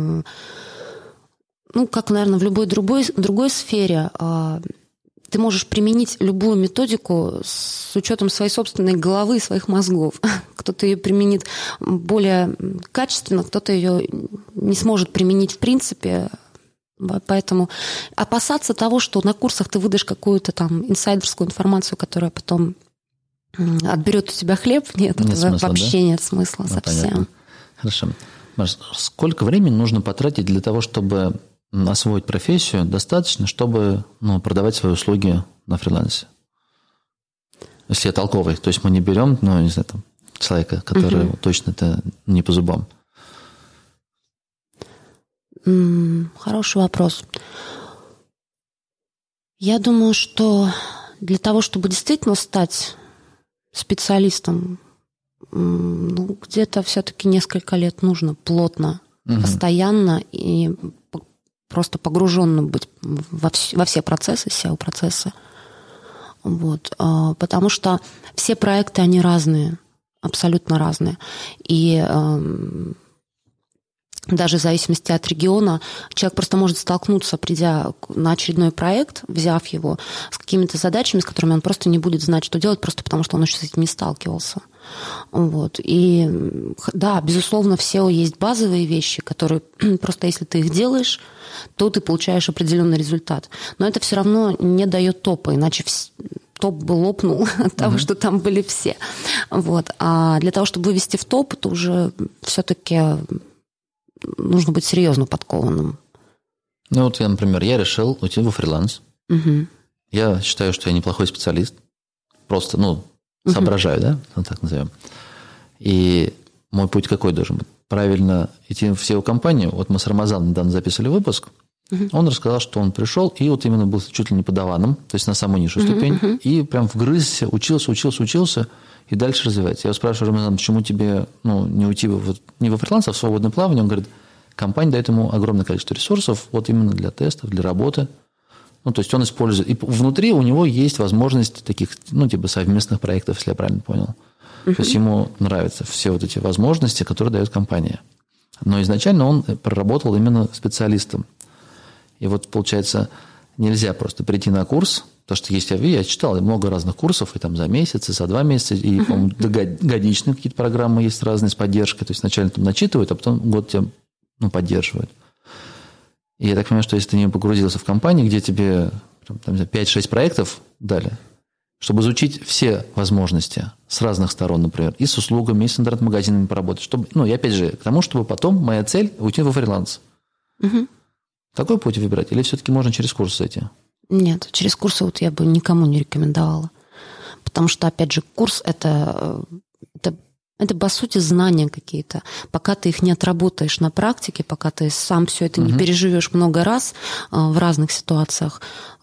как, наверное, в любой другой сфере, ты можешь применить любую методику с учетом своей собственной головы и своих мозгов. Кто-то ее применит более качественно, кто-то ее не сможет применить в принципе. Поэтому опасаться того, что на курсах ты выдашь какую-то там инсайдерскую информацию, которая потом отберет у тебя хлеб, нет смысла, вообще нет смысла совсем. Понятно. Хорошо. Маш, сколько времени нужно потратить для того, чтобы освоить профессию достаточно, чтобы продавать свои услуги на фрилансе? Если я толковый, то есть мы не берем, не знаю, человека, который точно это не по зубам. Хороший вопрос. Я думаю, что для того, чтобы действительно стать специалистом, где-то все-таки несколько лет нужно плотно, постоянно и просто погруженным быть во все процессы, SEO-процессы. Потому что все проекты, они разные, абсолютно разные. И даже в зависимости от региона, человек просто может столкнуться, придя на очередной проект, взяв его, с какими-то задачами, с которыми он просто не будет знать, что делать, просто потому что он еще с этим не сталкивался. И да, безусловно, в SEO есть базовые вещи, которые просто если ты их делаешь, то ты получаешь определенный результат. Но это все равно не дает топа, иначе топ бы лопнул от того, что там были все. А для того, чтобы вывести в топ, то уже все-таки нужно быть серьезно подкованным. Я, например, решил уйти во фриланс. Я считаю, что я неплохой специалист. Просто, соображаю, да? Так назовем. И мой путь какой должен быть? Правильно идти в SEO-компанию. Мы с Рамазаном недавно записывали выпуск. Он рассказал, что он пришел и именно был чуть ли не подаваном, то есть на самую низшую ступень, и прям вгрызся, учился, и дальше развивается. Я его спрашиваю: Рамазан, почему тебе не уйти не во фриланс, а в свободное плавание? Он говорит, компания дает ему огромное количество ресурсов, именно для тестов, для работы. То есть он использует. И внутри у него есть возможность таких, совместных проектов, если я правильно понял. То есть ему нравятся все эти возможности, которые дает компания. Но изначально он проработал именно специалистом. И получается, нельзя просто прийти на курс, потому что есть, я читал много разных курсов, и за месяц, и за 2 месяца, и, по-моему, годичные какие-то программы есть разные с поддержкой. То есть сначала начитывают, а потом год тебя поддерживают. И я так понимаю, что если ты не погрузился в компанию, где тебе 5-6 проектов дали, чтобы изучить все возможности с разных сторон, например, и с услугами, и с интернет-магазинами поработать. Чтобы, и опять же, к тому, чтобы потом моя цель – уйти во фриланс. Такой путь выбирать? Или все-таки можно через курс зайти? Нет, через курсы я бы никому не рекомендовала. Потому что, опять же, курс – это по сути, знания какие-то. Пока ты их не отработаешь на практике, пока ты сам все это не переживешь много раз в разных ситуациях,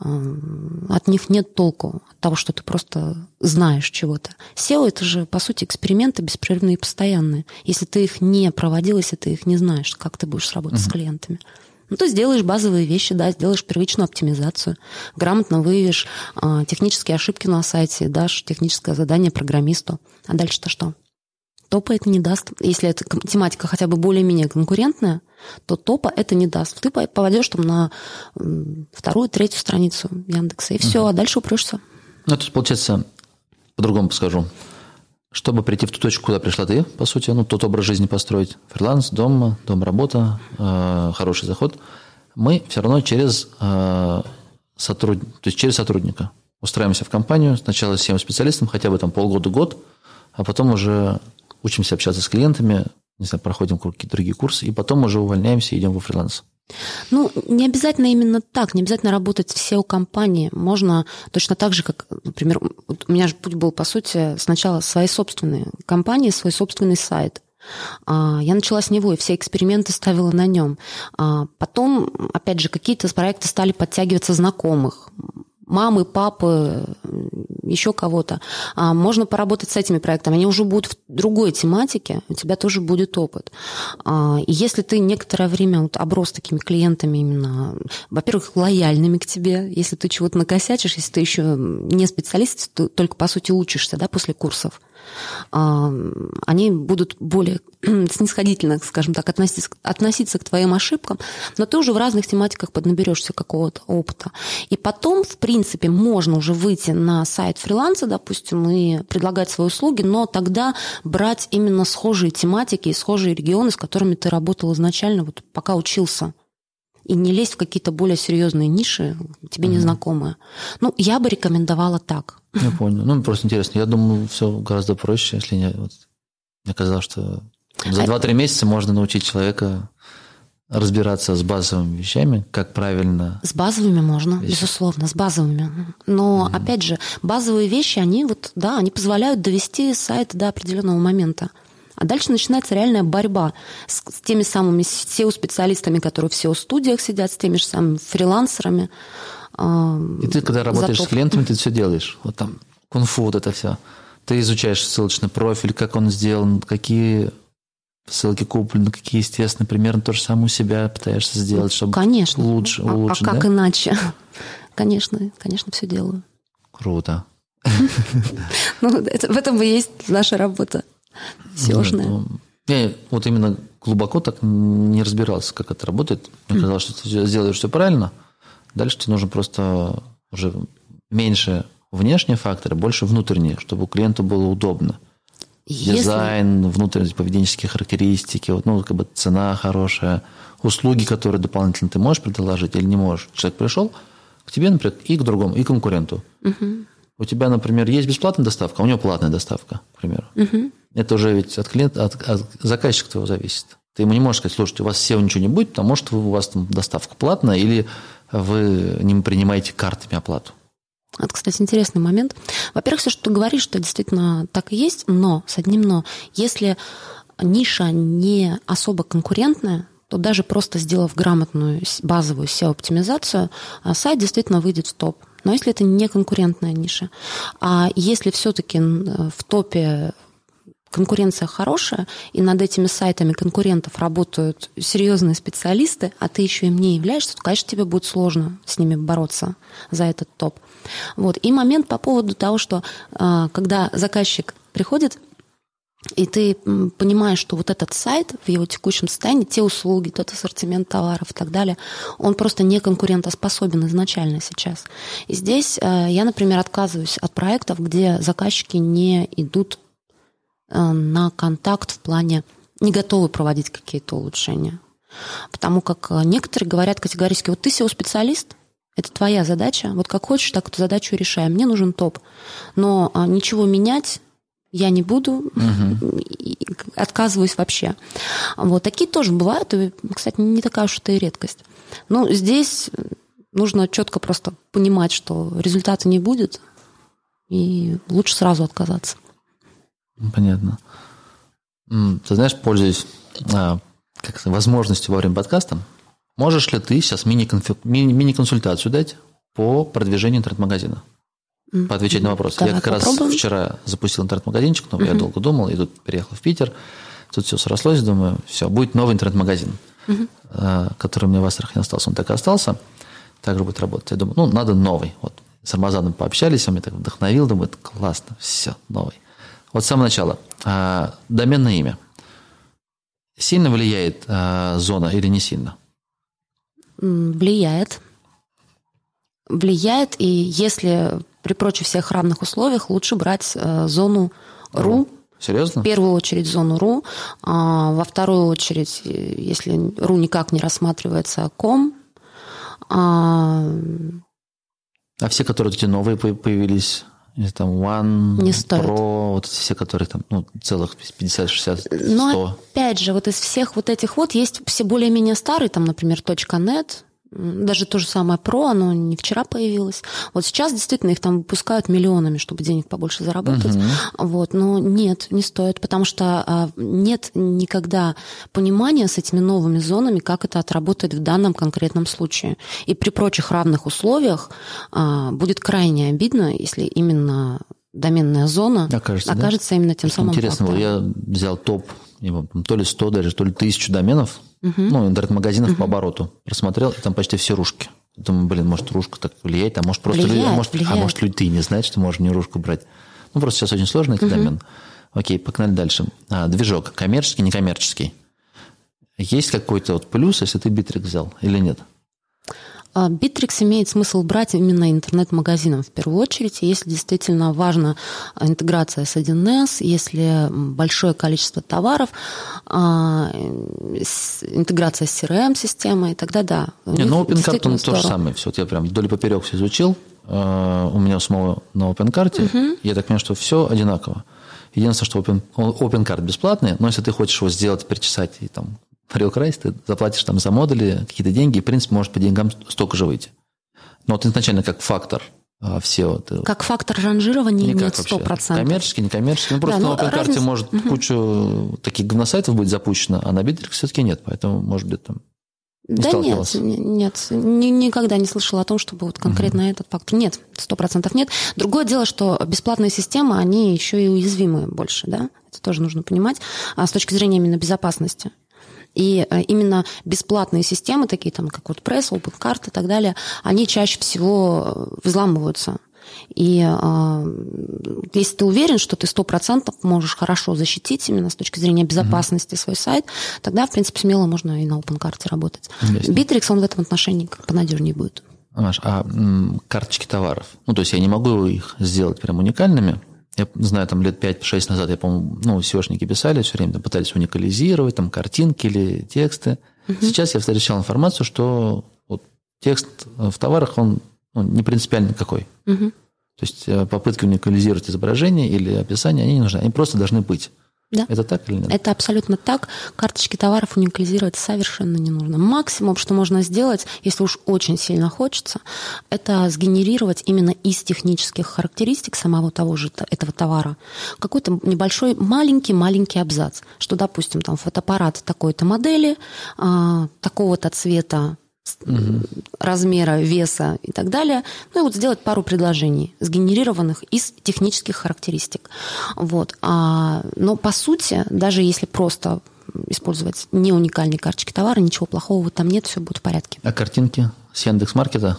от них нет толку, от того, что ты просто знаешь чего-то. SEO – это же, по сути, эксперименты беспрерывные и постоянные. Если ты их не проводил, если ты их не знаешь, как ты будешь работать с клиентами? Ну, ты сделаешь базовые вещи, да, сделаешь первичную оптимизацию, грамотно выявишь технические ошибки на сайте, дашь техническое задание программисту. А дальше-то что? Топа это не даст. Если эта тематика хотя бы более-менее конкурентная, то топа это не даст. Ты попадешь там на вторую, третью страницу Яндекса, и все, а дальше упрешься. Ну, то есть, получается, по-другому скажу. Чтобы прийти в ту точку, куда пришла ты, по сути, ну, тот образ жизни построить, фриланс, дом, работа, хороший заход, мы все равно через сотрудника устраиваемся в компанию, сначала с SEO-специалистом, хотя бы там полгода-год, а потом уже учимся общаться с клиентами, не знаю, проходим какие-то другие курсы, и потом уже увольняемся и идем во фриланс. Ну, не обязательно именно так, не обязательно работать в SEO-компании. Можно точно так же, как, например, у меня же путь был, по сути, сначала своей собственной компании, свой собственный сайт. Я начала с него, и все эксперименты ставила на нем. Потом, опять же, какие-то проекты стали подтягиваться знакомых. Мамы, папы, еще кого-то. Можно поработать с этими проектами. Они уже будут в другой тематике, у тебя тоже будет опыт. И если ты некоторое время оброс такими клиентами именно, во-первых, лояльными к тебе, если ты чего-то накосячишь, если ты еще не специалист, ты только, по сути, учишься, да, после курсов, они будут более снисходительно, скажем так, относиться к твоим ошибкам, но ты уже в разных тематиках поднаберешься какого-то опыта. И потом, в принципе, можно уже выйти на сайт фриланса, допустим, и предлагать свои услуги, но тогда брать именно схожие тематики и схожие регионы, с которыми ты работал изначально, вот пока учился. И не лезть в какие-то более серьезные ниши, тебе незнакомые. Ну, я бы рекомендовала так. Я понял. Ну, просто интересно. Я думаю, все гораздо проще, если не... Вот, мне казалось, что за 2-3 месяца можно научить человека разбираться с базовыми вещами, как правильно... С базовыми можно, безусловно, с базовыми. Но, опять же, базовые вещи, они вот, да, они позволяют довести сайт до определенного момента. А дальше начинается реальная борьба с теми самыми SEO-специалистами, которые в SEO-студиях сидят, с теми же самыми фрилансерами. И ты, когда работаешь с клиентами, ты все делаешь. Вот там кунг-фу, вот это все. Ты изучаешь ссылочный профиль, как он сделан, какие ссылки куплены, какие, естественно, примерно то же самое у себя пытаешься сделать, чтобы конечно. лучше. А как иначе? Конечно, все делаю. Круто. Ну, в этом и есть наша работа. SEO-шная. Я вот именно глубоко так не разбирался, как это работает. Мне казалось, что ты сделаешь все правильно. Дальше тебе нужно просто уже меньше внешние факторы, больше внутренние, чтобы клиенту было удобно. Дизайн, внутренние поведенческие характеристики, вот, ну, как бы цена хорошая, услуги, которые дополнительно ты можешь предложить или не можешь. Человек пришел к тебе, например, и к другому, и к конкуренту. У тебя, например, есть бесплатная доставка, а у него платная доставка, к примеру. Это уже ведь от клиента, от заказчика твоего зависит. Ты ему не можешь сказать: слушайте, у вас SEO ничего не будет, потому что у вас там доставка платная, или вы не принимаете картами оплату. Это, кстати, интересный момент. Во-первых, все, что ты говоришь, что действительно так и есть, но с одним но. Если ниша не особо конкурентная, то даже просто сделав грамотную базовую SEO-оптимизацию, сайт действительно выйдет в топ. Но если это не конкурентная ниша, а если все-таки в топе конкуренция хорошая, и над этими сайтами конкурентов работают серьезные специалисты, а ты еще им не являешься, то, конечно, тебе будет сложно с ними бороться за этот топ. Вот. И момент по поводу того, что когда заказчик приходит, и ты понимаешь, что вот этот сайт в его текущем состоянии, те услуги, тот ассортимент товаров и так далее, он просто не конкурентоспособен изначально сейчас. И здесь я, например, отказываюсь от проектов, где заказчики не идут на контакт в плане не готовы проводить какие-то улучшения. Потому как некоторые говорят категорически: вот ты SEO-специалист, это твоя задача, вот как хочешь, так эту задачу решай, мне нужен топ. Но ничего менять я не буду, отказываюсь вообще. Вот такие тоже бывают, и, кстати, не такая уж это и редкость. Но здесь нужно четко просто понимать, что результата не будет, и лучше сразу отказаться. Понятно. Ты знаешь, пользуясь возможностью во время подкаста, можешь ли ты сейчас мини-консультацию дать по продвижению интернет-магазина? Поотвечать на вопросы. Давай я как попробуем. раз вчера запустил интернет-магазинчик, но я долго думал, и тут переехал в Питер, тут все срослось, думаю, все, будет новый интернет-магазин. который у меня в Астрахани остался, он так и остался, также будет работать. Я думаю, надо новый. Вот с Рамазаном пообщались, он меня так вдохновил, думаю, классно, все, новый. Вот с самого начала. Доменное имя. Сильно влияет зона или не сильно? Влияет. Влияет, и если при прочих всех равных условиях лучше брать зону .ru. Серьезно? В первую очередь зону .ru, во вторую очередь, если .ru никак не рассматривается, .com. А все, которые эти новые появились, там One, не стоит. Pro, вот все, которые там, целых 50, 60, 100. Но опять же, вот из всех вот этих есть все более-менее старые, там, например, .net, даже то же самое Pro, оно не вчера появилось. Вот сейчас действительно их там выпускают миллионами, чтобы денег побольше заработать. Но нет, не стоит, потому что нет никогда понимания с этими новыми зонами, как это отработает в данном конкретном случае. И при прочих равных условиях будет крайне обидно, если именно доменная зона окажется именно тем самым интересно, фактором. Я взял топ, то ли 100 даже, то ли 1000 доменов, интернет-магазинов по обороту, просмотрел, и там почти все рушки. Думаю, может, рушка так влияет, а может, просто может, люди не знают, что можно не рушку брать. Просто сейчас очень сложно эти домены. Окей, погнали дальше. Движок коммерческий, некоммерческий. Есть какой-то плюс, если ты Bittrex взял или нет? Bittrex имеет смысл брать именно интернет-магазином в первую очередь, если действительно важна интеграция с 1С, если большое количество товаров, интеграция с CRM-системой, тогда да. OpenCart, он то же самое. Все, я прям вдоль и поперек все изучил. У меня самого на OpenCart, я так понимаю, что все одинаково. Единственное, что OpenCart бесплатный, но если ты хочешь его сделать, перечесать и там приукрасить, ты заплатишь там за модули какие-то деньги, и, в принципе, может по деньгам столько же выйти. Но изначально как фактор все... Как фактор ранжирования нет 100%. Коммерческий, некоммерческий. Просто на OpenCart может кучу таких говносайтов будет запущено, а на Bittrex все-таки нет. Поэтому, может быть, там не сталкивался. Нет. Никогда не слышала о том, чтобы конкретно этот фактор. Нет, 100% нет. Другое дело, что бесплатные системы, они еще и уязвимы больше, да? Это тоже нужно понимать с точки зрения именно безопасности. И именно бесплатные системы, такие там, как WordPress, OpenCart и так далее, они чаще всего взламываются. И если ты уверен, что ты 100% можешь хорошо защитить именно с точки зрения безопасности свой сайт, тогда, в принципе, смело можно и на OpenCart работать. Bittrex, он в этом отношении понадежнее будет. Маш, карточки товаров? То есть я не могу их сделать прям уникальными. Я знаю, там лет 5-6 назад, я помню, SEOшники писали, все время пытались уникализировать, там картинки или тексты. Сейчас я встречал информацию, что текст в товарах, он не принципиально никакой. То есть попытки уникализировать изображение или описание, они не нужны, они просто должны быть. Да. Это так или нет? Это абсолютно так. Карточки товаров уникализировать совершенно не нужно. Максимум, что можно сделать, если уж очень сильно хочется, это сгенерировать именно из технических характеристик самого того же этого товара какой-то небольшой маленький абзац, что, допустим, там фотоаппарат такой-то модели, такого-то цвета, размера, веса и так далее. И сделать пару предложений, сгенерированных из технических характеристик. Но по сути, даже если просто использовать не уникальные карточки товара, ничего плохого там нет, все будет в порядке. А картинки с Яндекс.Маркета?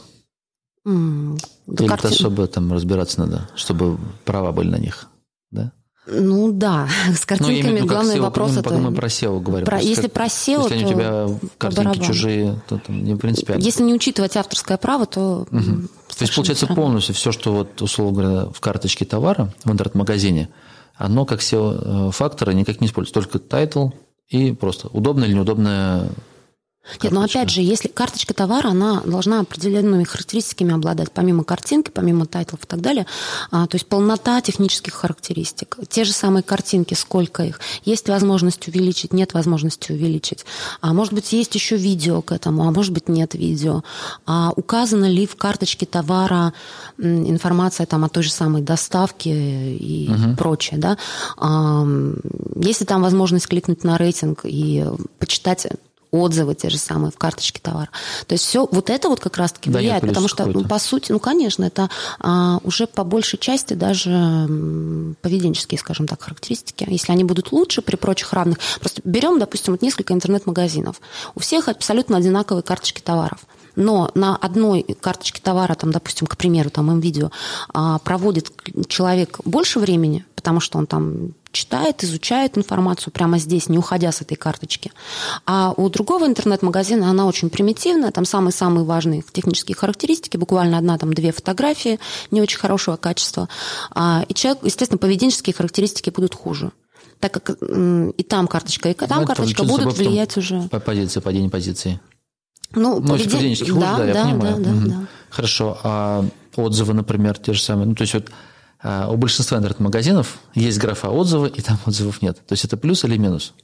Или особо там разбираться надо, чтобы права были на них, да? Да, с картинками главный вопрос это... Мы про SEO говорим. Если про SEO, если они у тебя картинки чужие, то там не принципиально. Если не учитывать авторское право, то... То есть, получается, полностью все, что, условно говоря, в карточке товара, в интернет-магазине, оно как SEO-факторы никак не используется. Только тайтл и просто удобное или неудобное... Нет, но опять же, если карточка товара, она должна определенными характеристиками обладать, помимо картинки, помимо тайтлов и так далее. То есть полнота технических характеристик. Те же самые картинки, сколько их. Есть возможность увеличить, нет возможности увеличить. Может быть, есть еще видео к этому, а может быть, нет видео. Указана ли в карточке товара информация о той же самой доставке и прочее. Да? Есть ли там возможность кликнуть на рейтинг и почитать отзывы те же самые в карточке товара. То есть все вот это вот как раз-таки влияет, потому что, по сути, конечно, это уже по большей части даже поведенческие, скажем так, характеристики. Если они будут лучше при прочих равных, просто берем, допустим, вот несколько интернет-магазинов. У всех абсолютно одинаковые карточки товаров. Но на одной карточке товара, там, допустим, к примеру, там, МВидео, проводит человек больше времени, потому что он там читает, изучает информацию прямо здесь, не уходя с этой карточки. А у другого интернет-магазина она очень примитивная, там самые-самые важные технические характеристики, буквально 1-2 фотографии не очень хорошего качества. И человек, естественно, поведенческие характеристики будут хуже, так как и там карточка, и там карточка будут влиять уже. Падение позиции. Поведенческих хуже, я понимаю. Да. Хорошо. А отзывы, например, те же самые? То есть вот у большинства интернет-магазинов есть графа отзывы, и там отзывов нет. То есть это плюс или минус?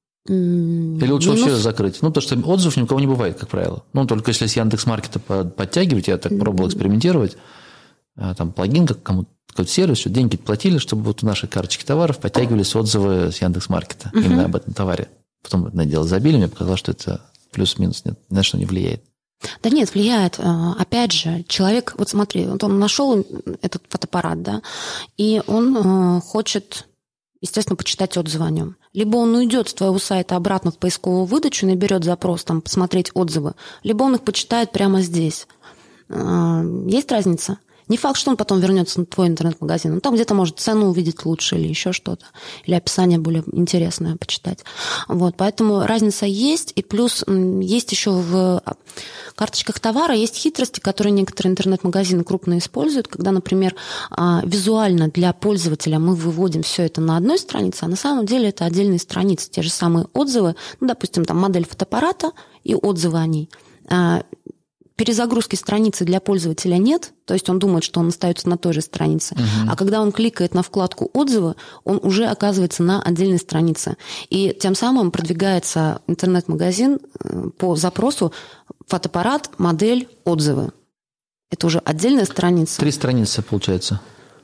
Или лучше вообще закрыть? Потому что отзывов ни у кого не бывает, как правило. Только если с Яндекс.Маркета подтягивать, я так пробовал экспериментировать, там плагин, какой-то сервис, что деньги платили, чтобы вот у нашей карточки товаров подтягивались отзывы с Яндекс.Маркета именно об этом товаре. Потом это дело забили, мне показалось, что это плюс-минус, ни на что не влияет. Да нет, влияет. Опять же, человек, вот смотри, вот он нашел этот фотоаппарат, да, и он хочет, естественно, почитать отзывы о нем. Либо он уйдет с твоего сайта обратно в поисковую выдачу, наберет запрос, там, посмотреть отзывы, либо он их почитает прямо здесь. Есть разница? Не факт, что он потом вернется на твой интернет-магазин. Он там где-то может цену увидеть лучше или еще что-то. Или описание более интересное почитать. Вот, поэтому разница есть. И плюс есть еще в карточках товара есть хитрости, которые некоторые интернет-магазины крупно используют. Когда, например, визуально для пользователя мы выводим все это на одной странице, а на самом деле это отдельные страницы. Те же самые отзывы. допустим, там модель фотоаппарата и отзывы о ней. Перезагрузки страницы для пользователя нет, то есть он думает, что он остается на той же странице. А когда он кликает на вкладку «Отзывы», он уже оказывается на отдельной странице. И тем самым продвигается интернет-магазин по запросу «Фотоаппарат, модель, отзывы». Это уже отдельная страница. 3 страницы, получается,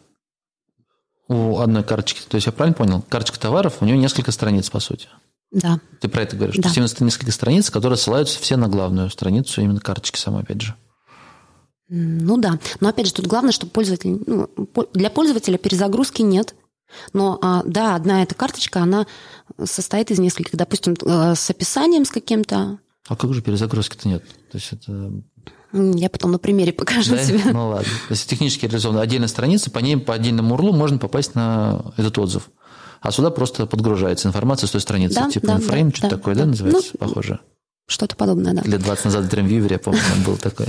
у одной карточки. То есть я правильно понял? Карточка товаров, у нее несколько страниц, по сути. Да. Ты про это говоришь? Да. То есть несколько страниц, которые ссылаются все на главную страницу именно карточки самой, опять же. Да. Но опять же, тут главное, чтобы для пользователя перезагрузки нет. Но да, одна эта карточка, она состоит из нескольких, допустим, с описанием с каким-то. А как же перезагрузки-то нет? То есть это... Я потом на примере покажу тебе. Ну ладно. То есть технически реализована отдельная страница, по ней по отдельному URL можно попасть на этот отзыв. А сюда просто подгружается информация с той страницы. Инфрейм, что-то такое, да, называется? Похоже. Что-то подобное, да. Лет 20 назад в Dreamweaver, я помню, там было такое.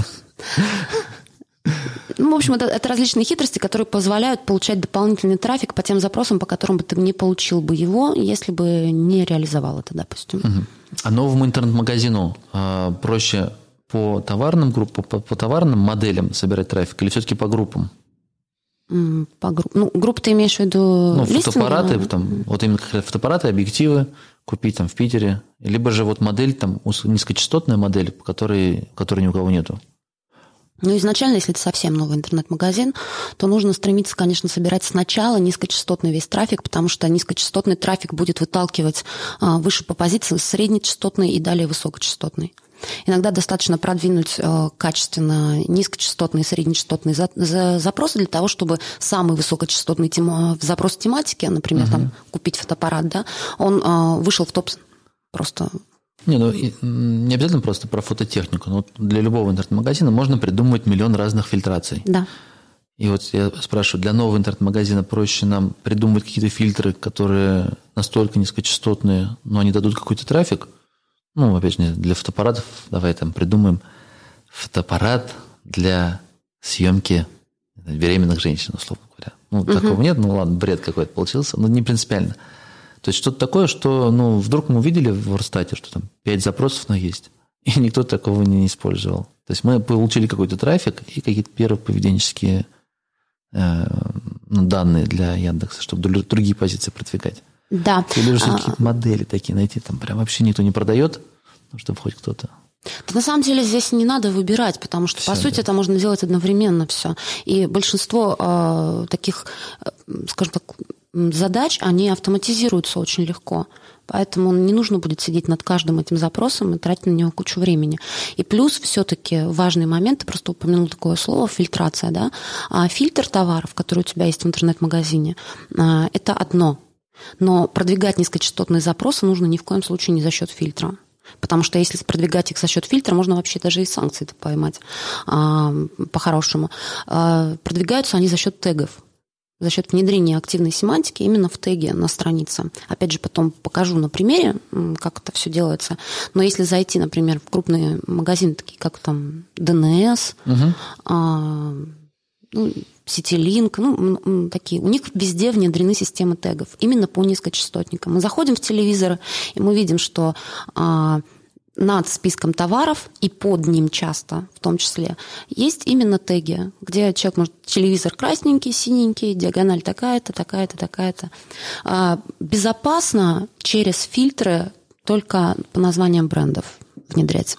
В общем, это различные хитрости, которые позволяют получать дополнительный трафик по тем запросам, по которым бы ты не получил бы его, если бы не реализовал это, допустим. А новому интернет-магазину проще по товарным группам, по товарным моделям собирать трафик или все-таки по группам? Группы ты имеешь в виду фотоаппараты, вот именно как фотоаппараты, объективы купить там в Питере, либо же вот модель, там низкочастотная модель, которой ни у кого нету. Изначально, если это совсем новый интернет-магазин, то нужно стремиться, конечно, собирать сначала низкочастотный весь трафик, потому что низкочастотный трафик будет выталкивать выше по позиции среднечастотный и далее высокочастотный. Иногда достаточно продвинуть качественно низкочастотные и среднечастотные запросы для того, чтобы самый высокочастотный запрос тематики, например, там, купить фотоаппарат, да, он вышел в топ просто. Не обязательно просто про фототехнику, но для любого интернет-магазина можно придумать миллион разных фильтраций. Да. И вот я спрашиваю, для нового интернет-магазина проще нам придумывать какие-то фильтры, которые настолько низкочастотные, но они дадут какой-то трафик? Опять же, для фотоаппаратов давай там придумаем фотоаппарат для съемки беременных женщин, условно говоря. Такого нет, ладно, бред какой-то получился, но не принципиально. То есть что-то такое, что, вдруг мы увидели в Росстате, что там 5 запросов есть, и никто такого не использовал. То есть мы получили какой-то трафик и какие-то первые поведенческие данные для Яндекса, чтобы другие позиции продвигать. Да. Или же какие-то модели такие найти, там прям вообще никто не продает, чтобы хоть кто-то. Да, на самом деле здесь не надо выбирать, потому что, по сути, это можно делать одновременно все. И большинство таких, скажем так, задач, они автоматизируются очень легко. Поэтому не нужно будет сидеть над каждым этим запросом и тратить на него кучу времени. И плюс все-таки важный момент, ты просто упомянул такое слово, фильтрация, да? Фильтр товаров, который у тебя есть в интернет-магазине, это одно. Но продвигать низкочастотные запросы нужно ни в коем случае не за счет фильтра. Потому что если продвигать их за счет фильтра, можно вообще даже и санкции-то поймать по-хорошему. Продвигаются они за счет тегов, за счет внедрения активной семантики именно в теге на странице. Опять же, потом покажу на примере, как это все делается. Но если зайти, например, в крупные магазины, такие как там ДНС, Ситилинк, такие, у них везде внедрены системы тегов, именно по низкочастотникам. Мы заходим в телевизоры, и мы видим, что над списком товаров и под ним часто, в том числе, есть именно теги, где человек может телевизор красненький, синенький, диагональ такая-то, такая-то, такая-то. Безопасно через фильтры только по названиям брендов внедрять.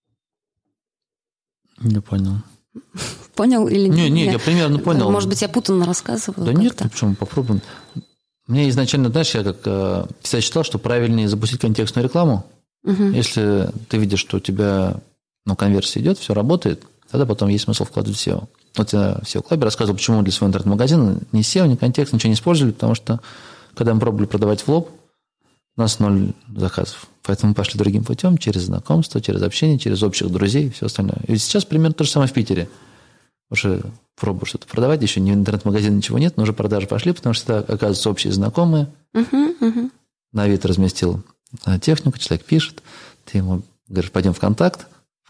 Не понял. Понял или нет? Нет, я примерно понял. Может быть, я путанно рассказываю? Да как-то? нет, почему, попробуем. Мне изначально, знаешь, я как всегда считал, что правильнее запустить контекстную рекламу. Если ты видишь, что у тебя конверсия идет, все работает, тогда потом есть смысл вкладывать в SEO. Вот я в SEO Club рассказывал, почему для своего интернет-магазина ни SEO, ни контекст, ничего не использовали, потому что, когда мы пробовали продавать в лоб, у нас 0 заказов. Поэтому мы пошли другим путем, через знакомство, через общение, через общих друзей и все остальное. И сейчас примерно то же самое в Питере. Уже пробую что-то продавать, еще ни интернет-магазина, ничего нет, но уже продажи пошли, потому что, оказывается, общие знакомые. На Авито разместил технику, человек пишет, ты ему говоришь, пойдем в контакт,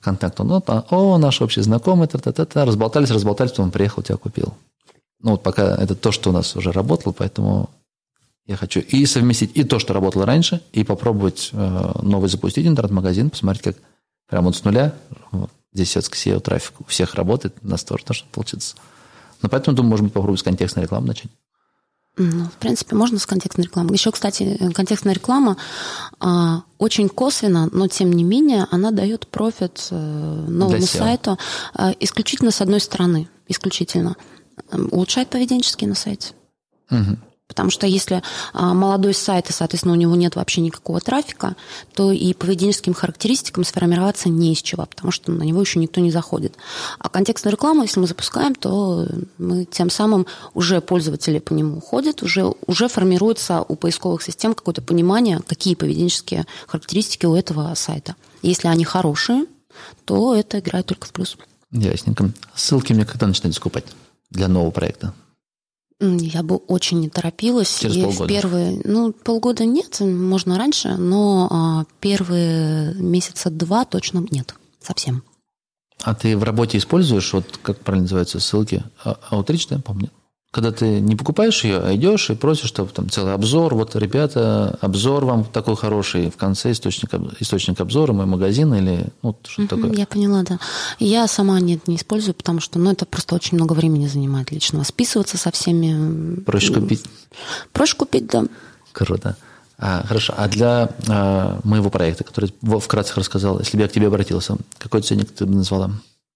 он, наш общий знакомый, разболтались, потом он приехал, тебя купил. Вот пока это то, что у нас уже работало, поэтому я хочу и совместить и то, что работало раньше, и попробовать новый запустить интернет-магазин, посмотреть, как прямо вот с нуля, здесь все SEO-трафик у всех работает, у нас тоже должно получиться. Но поэтому, думаю, может быть, попробовать с контекстной рекламы начать. В принципе, можно с контекстной рекламой. Еще, кстати, контекстная реклама очень косвенно, но тем не менее она дает профит новому сайту исключительно с одной стороны, исключительно. Улучшает поведенческие на сайте. Потому что если молодой сайт, и, соответственно, у него нет вообще никакого трафика, то и поведенческим характеристикам сформироваться не из чего, потому что на него еще никто не заходит. А контекстную рекламу, если мы запускаем, то мы тем самым уже пользователи по нему ходят, уже формируется у поисковых систем какое-то понимание, какие поведенческие характеристики у этого сайта. Если они хорошие, то это играет только в плюс. Ясненько. Ссылки мне когда начинать закупать для нового проекта? Я бы очень не торопилась. Через полгода? В первые, полгода нет, можно раньше, но первые месяца 2 точно нет, совсем. А ты в работе используешь, вот как правильно называются ссылки, Outreach, да, помню? Когда ты не покупаешь ее, а идешь и просишь, чтобы там целый обзор, вот, ребята, обзор вам такой хороший, в конце источник обзора, мой магазин или что-то такое. Я поняла, да. Я сама не использую, потому что это просто очень много времени занимает личного. Списываться со всеми. Проще купить? Проще купить, да. Круто. Хорошо. А для моего проекта, который вкратце рассказал, если бы я к тебе обратился, какой ценник ты бы назвала?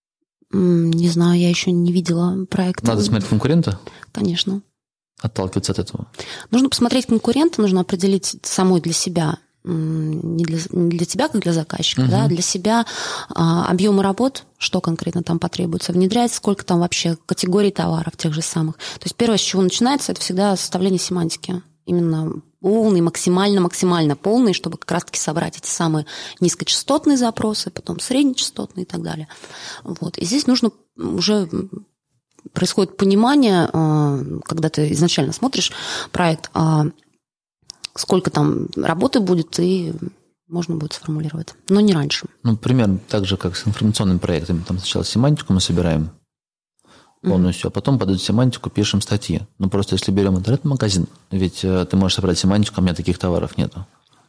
Не знаю, я еще не видела проекта. Надо смотреть конкурента? Конечно. Отталкиваться от этого? Нужно посмотреть конкурента, нужно определить самой для себя, не для тебя, как для заказчика, да, для себя объемы работ, что конкретно там потребуется внедрять, сколько там вообще категорий товаров тех же самых. То есть первое, с чего начинается, это всегда составление семантики. Именно полный, максимально полный, чтобы как раз-таки собрать эти самые низкочастотные запросы, потом среднечастотные и так далее. Вот. И здесь нужно уже происходит понимание, когда ты изначально смотришь проект, сколько там работы будет, и можно будет сформулировать. Но не раньше. Примерно так же, как с информационными проектами. Там сначала семантику мы собираем полностью, а потом под эту семантику пишем статьи. Просто если берем интернет-магазин, ведь ты можешь собрать семантику, а у меня таких товаров нету.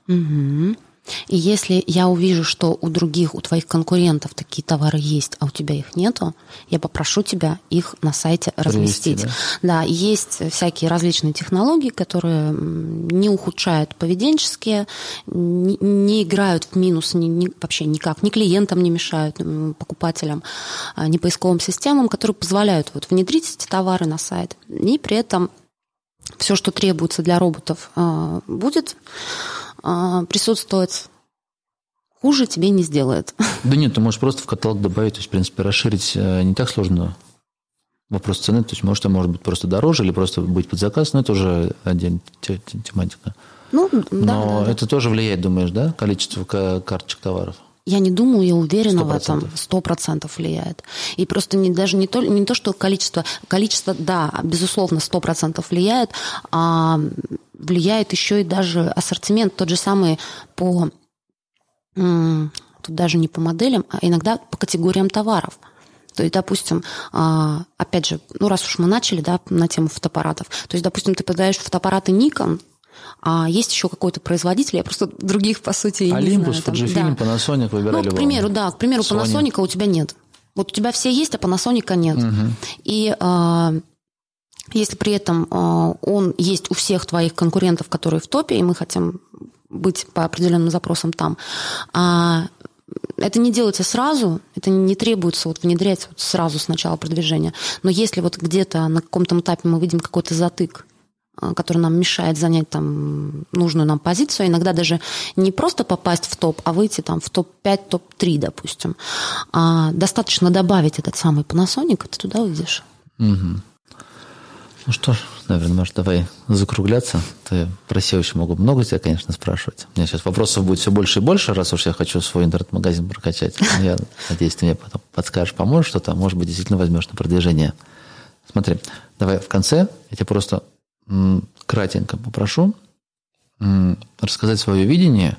И если я увижу, что у твоих конкурентов такие товары есть, а у тебя их нету, я попрошу тебя их на сайте разместить. Да, есть всякие различные технологии, которые не ухудшают поведенческие, не играют в минус вообще никак, ни клиентам не мешают, покупателям, ни поисковым системам, которые позволяют внедрить эти товары на сайт и при этом все, что требуется для роботов, будет присутствовать. Хуже тебе не сделает. Да нет, ты можешь просто в каталог добавить, то есть, в принципе, расширить не так сложно. Вопрос цены, то есть, может быть просто дороже или просто быть под заказ, но это уже отдельная тематика. Ну, но да. Это тоже влияет, думаешь, да, количество карточек товаров? Я не думаю, я уверена 100%. в этом. 100% влияет. И просто не то, что количество, да, безусловно, 100% влияет, а влияет еще и даже ассортимент, тот же самый тут даже не по моделям, а иногда по категориям товаров. То есть, допустим, опять же, раз уж мы начали, да, на тему фотоаппаратов, то есть, допустим, ты продаешь фотоаппараты Nikon, а есть еще какой-то производитель, я просто других, по сути, и не знаю. Olympus, Fujifilm, да. Panasonic, выбирай любого. К примеру, Panasonic у тебя нет. Вот у тебя все есть, а Panasonic нет. Угу. И если при этом он есть у всех твоих конкурентов, которые в топе, и мы хотим быть по определенным запросам там, это не делается сразу, это не требуется внедрять сразу с начала продвижения. Но если где-то на каком-то этапе мы видим какой-то затык, который нам мешает занять там нужную нам позицию, иногда даже не просто попасть в топ, а выйти там в топ-5, топ-3, допустим. Достаточно добавить этот самый Panasonic, и ты туда уйдешь. Угу. Ну что ж, наверное, может, давай закругляться. Ты про SEO еще могу много тебя, конечно, спрашивать. У меня сейчас вопросов будет все больше и больше, раз уж я хочу свой интернет-магазин прокачать. Я надеюсь, ты мне потом подскажешь, поможешь что-то, может быть, действительно возьмешь на продвижение. Смотри, давай в конце я тебя просто кратенько попрошу рассказать свое видение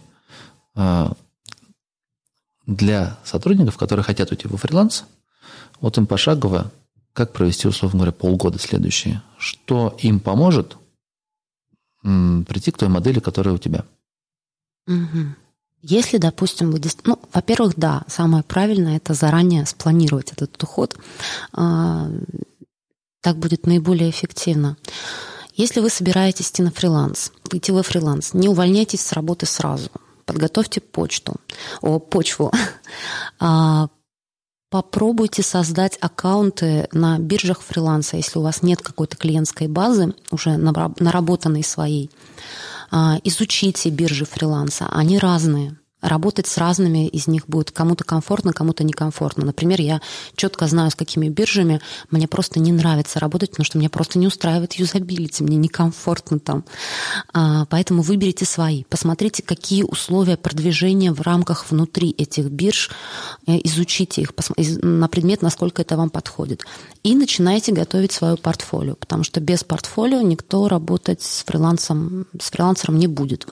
для сотрудников, которые хотят уйти во фриланс. Вот им пошагово, как провести, условно говоря, полгода следующие. Что им поможет прийти к той модели, которая у тебя. Угу. Если, допустим, вы... во-первых, да, самое правильное – это заранее спланировать этот уход. Так будет наиболее эффективно. Если вы собираетесь идти на фриланс, идти во фриланс, не увольняйтесь с работы сразу. Подготовьте почву. Попробуйте создать аккаунты на биржах фриланса, если у вас нет какой-то клиентской базы, уже наработанной своей. Изучите биржи фриланса, они разные. Работать с разными из них будет кому-то комфортно, кому-то некомфортно. Например, я четко знаю, с какими биржами мне просто не нравится работать, потому что меня просто не устраивает юзабилити, мне некомфортно там. Поэтому выберите свои. Посмотрите, какие условия продвижения в рамках внутри этих бирж, изучите их на предмет, насколько это вам подходит. И начинайте готовить свое портфолио, потому что без портфолио никто работать с фрилансером не будет.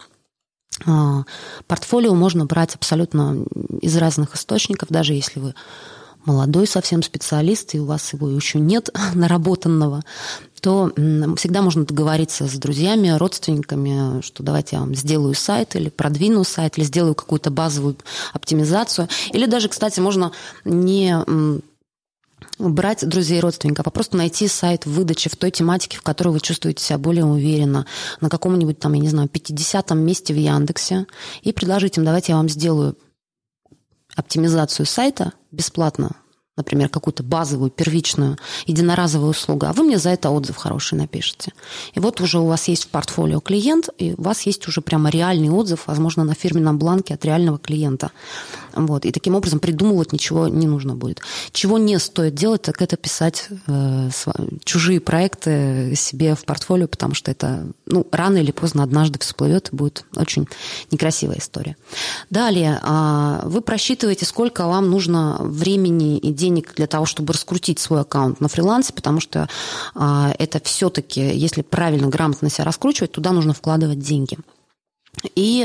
Портфолио можно брать абсолютно из разных источников, даже если вы молодой совсем специалист, и у вас его еще нет наработанного, то всегда можно договориться с друзьями, родственниками, что давайте я вам сделаю сайт или продвину сайт, или сделаю какую-то базовую оптимизацию. Или даже, кстати, можно не брать друзей и родственников, а просто найти сайт выдачи в той тематике, в которой вы чувствуете себя более уверенно, на каком-нибудь там, 50-м месте в Яндексе, и предложить им: давайте я вам сделаю оптимизацию сайта бесплатно, например, какую-то базовую, первичную, единоразовую услугу, а вы мне за это отзыв хороший напишите. И вот уже у вас есть в портфолио клиент, и у вас есть уже прямо реальный отзыв, возможно, на фирменном бланке от реального клиента. Вот. И таким образом придумывать ничего не нужно будет. Чего не стоит делать, так это писать чужие проекты себе в портфолио, потому что это рано или поздно однажды всплывет, и будет очень некрасивая история. Далее, вы просчитываете, сколько вам нужно времени и денег для того, чтобы раскрутить свой аккаунт на фрилансе, потому что это все-таки, если правильно, грамотно себя раскручивать, туда нужно вкладывать деньги. И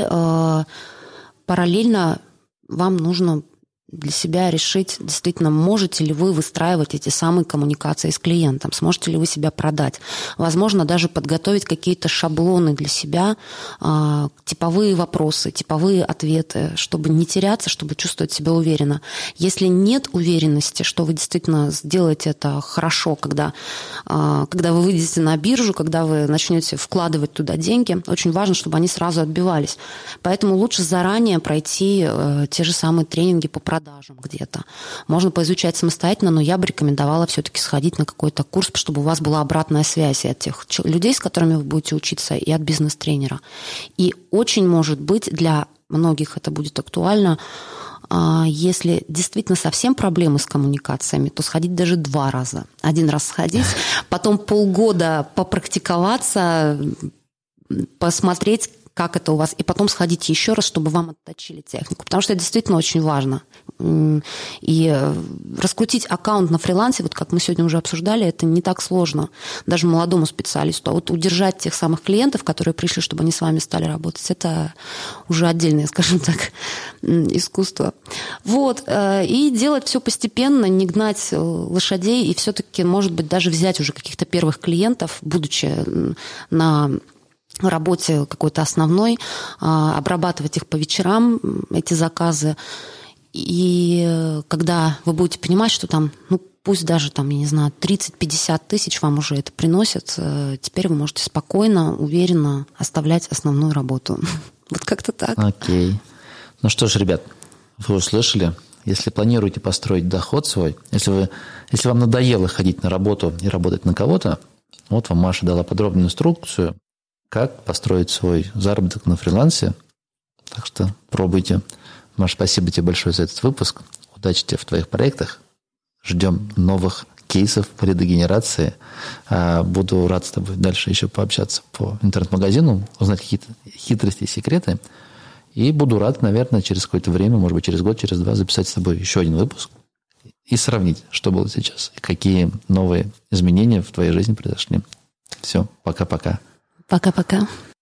параллельно вам нужно для себя решить, действительно, можете ли вы выстраивать эти самые коммуникации с клиентом, сможете ли вы себя продать. Возможно, даже подготовить какие-то шаблоны для себя, типовые вопросы, типовые ответы, чтобы не теряться, чтобы чувствовать себя уверенно. Если нет уверенности, что вы действительно сделаете это хорошо, когда вы выйдете на биржу, когда вы начнете вкладывать туда деньги, очень важно, чтобы они сразу отбивались. Поэтому лучше заранее пройти те же самые тренинги по продаже, продажам где-то. Можно поизучать самостоятельно, но я бы рекомендовала все-таки сходить на какой-то курс, чтобы у вас была обратная связь и от тех людей, с которыми вы будете учиться, и от бизнес-тренера. И очень может быть для многих это будет актуально, если действительно совсем проблемы с коммуникациями, то сходить даже 2 раза. 1 раз сходить, потом полгода попрактиковаться, посмотреть, как это у вас, и потом сходить еще раз, чтобы вам отточили технику. Потому что это действительно очень важно. И раскрутить аккаунт на фрилансе, вот как мы сегодня уже обсуждали, это не так сложно даже молодому специалисту. А вот удержать тех самых клиентов, которые пришли, чтобы они с вами стали работать, это уже отдельное, скажем так, искусство. Вот. И делать все постепенно, не гнать лошадей, и все-таки, может быть, даже взять уже каких-то первых клиентов, будучи на работе какой-то основной, обрабатывать их по вечерам, эти заказы. И когда вы будете понимать, что там, пусть даже там, я не знаю, 30-50 тысяч вам уже это приносит, теперь вы можете спокойно, уверенно оставлять основную работу. Вот как-то так. Окей. Ну что ж, ребят, вы услышали. Если планируете построить доход свой, если вам надоело ходить на работу и работать на кого-то, вот вам Маша дала подробную инструкцию, как построить свой заработок на фрилансе. Так что пробуйте. Маш, спасибо тебе большое за этот выпуск. Удачи тебе в твоих проектах. Ждем новых кейсов по лидогенерации. Буду рад с тобой дальше еще пообщаться по интернет-магазину, узнать какие-то хитрости и секреты. И буду рад, наверное, через какое-то время, может быть, через год, через 2, записать с тобой еще один выпуск и сравнить, что было сейчас, и какие новые изменения в твоей жизни произошли. Все, пока-пока. Пока-пока.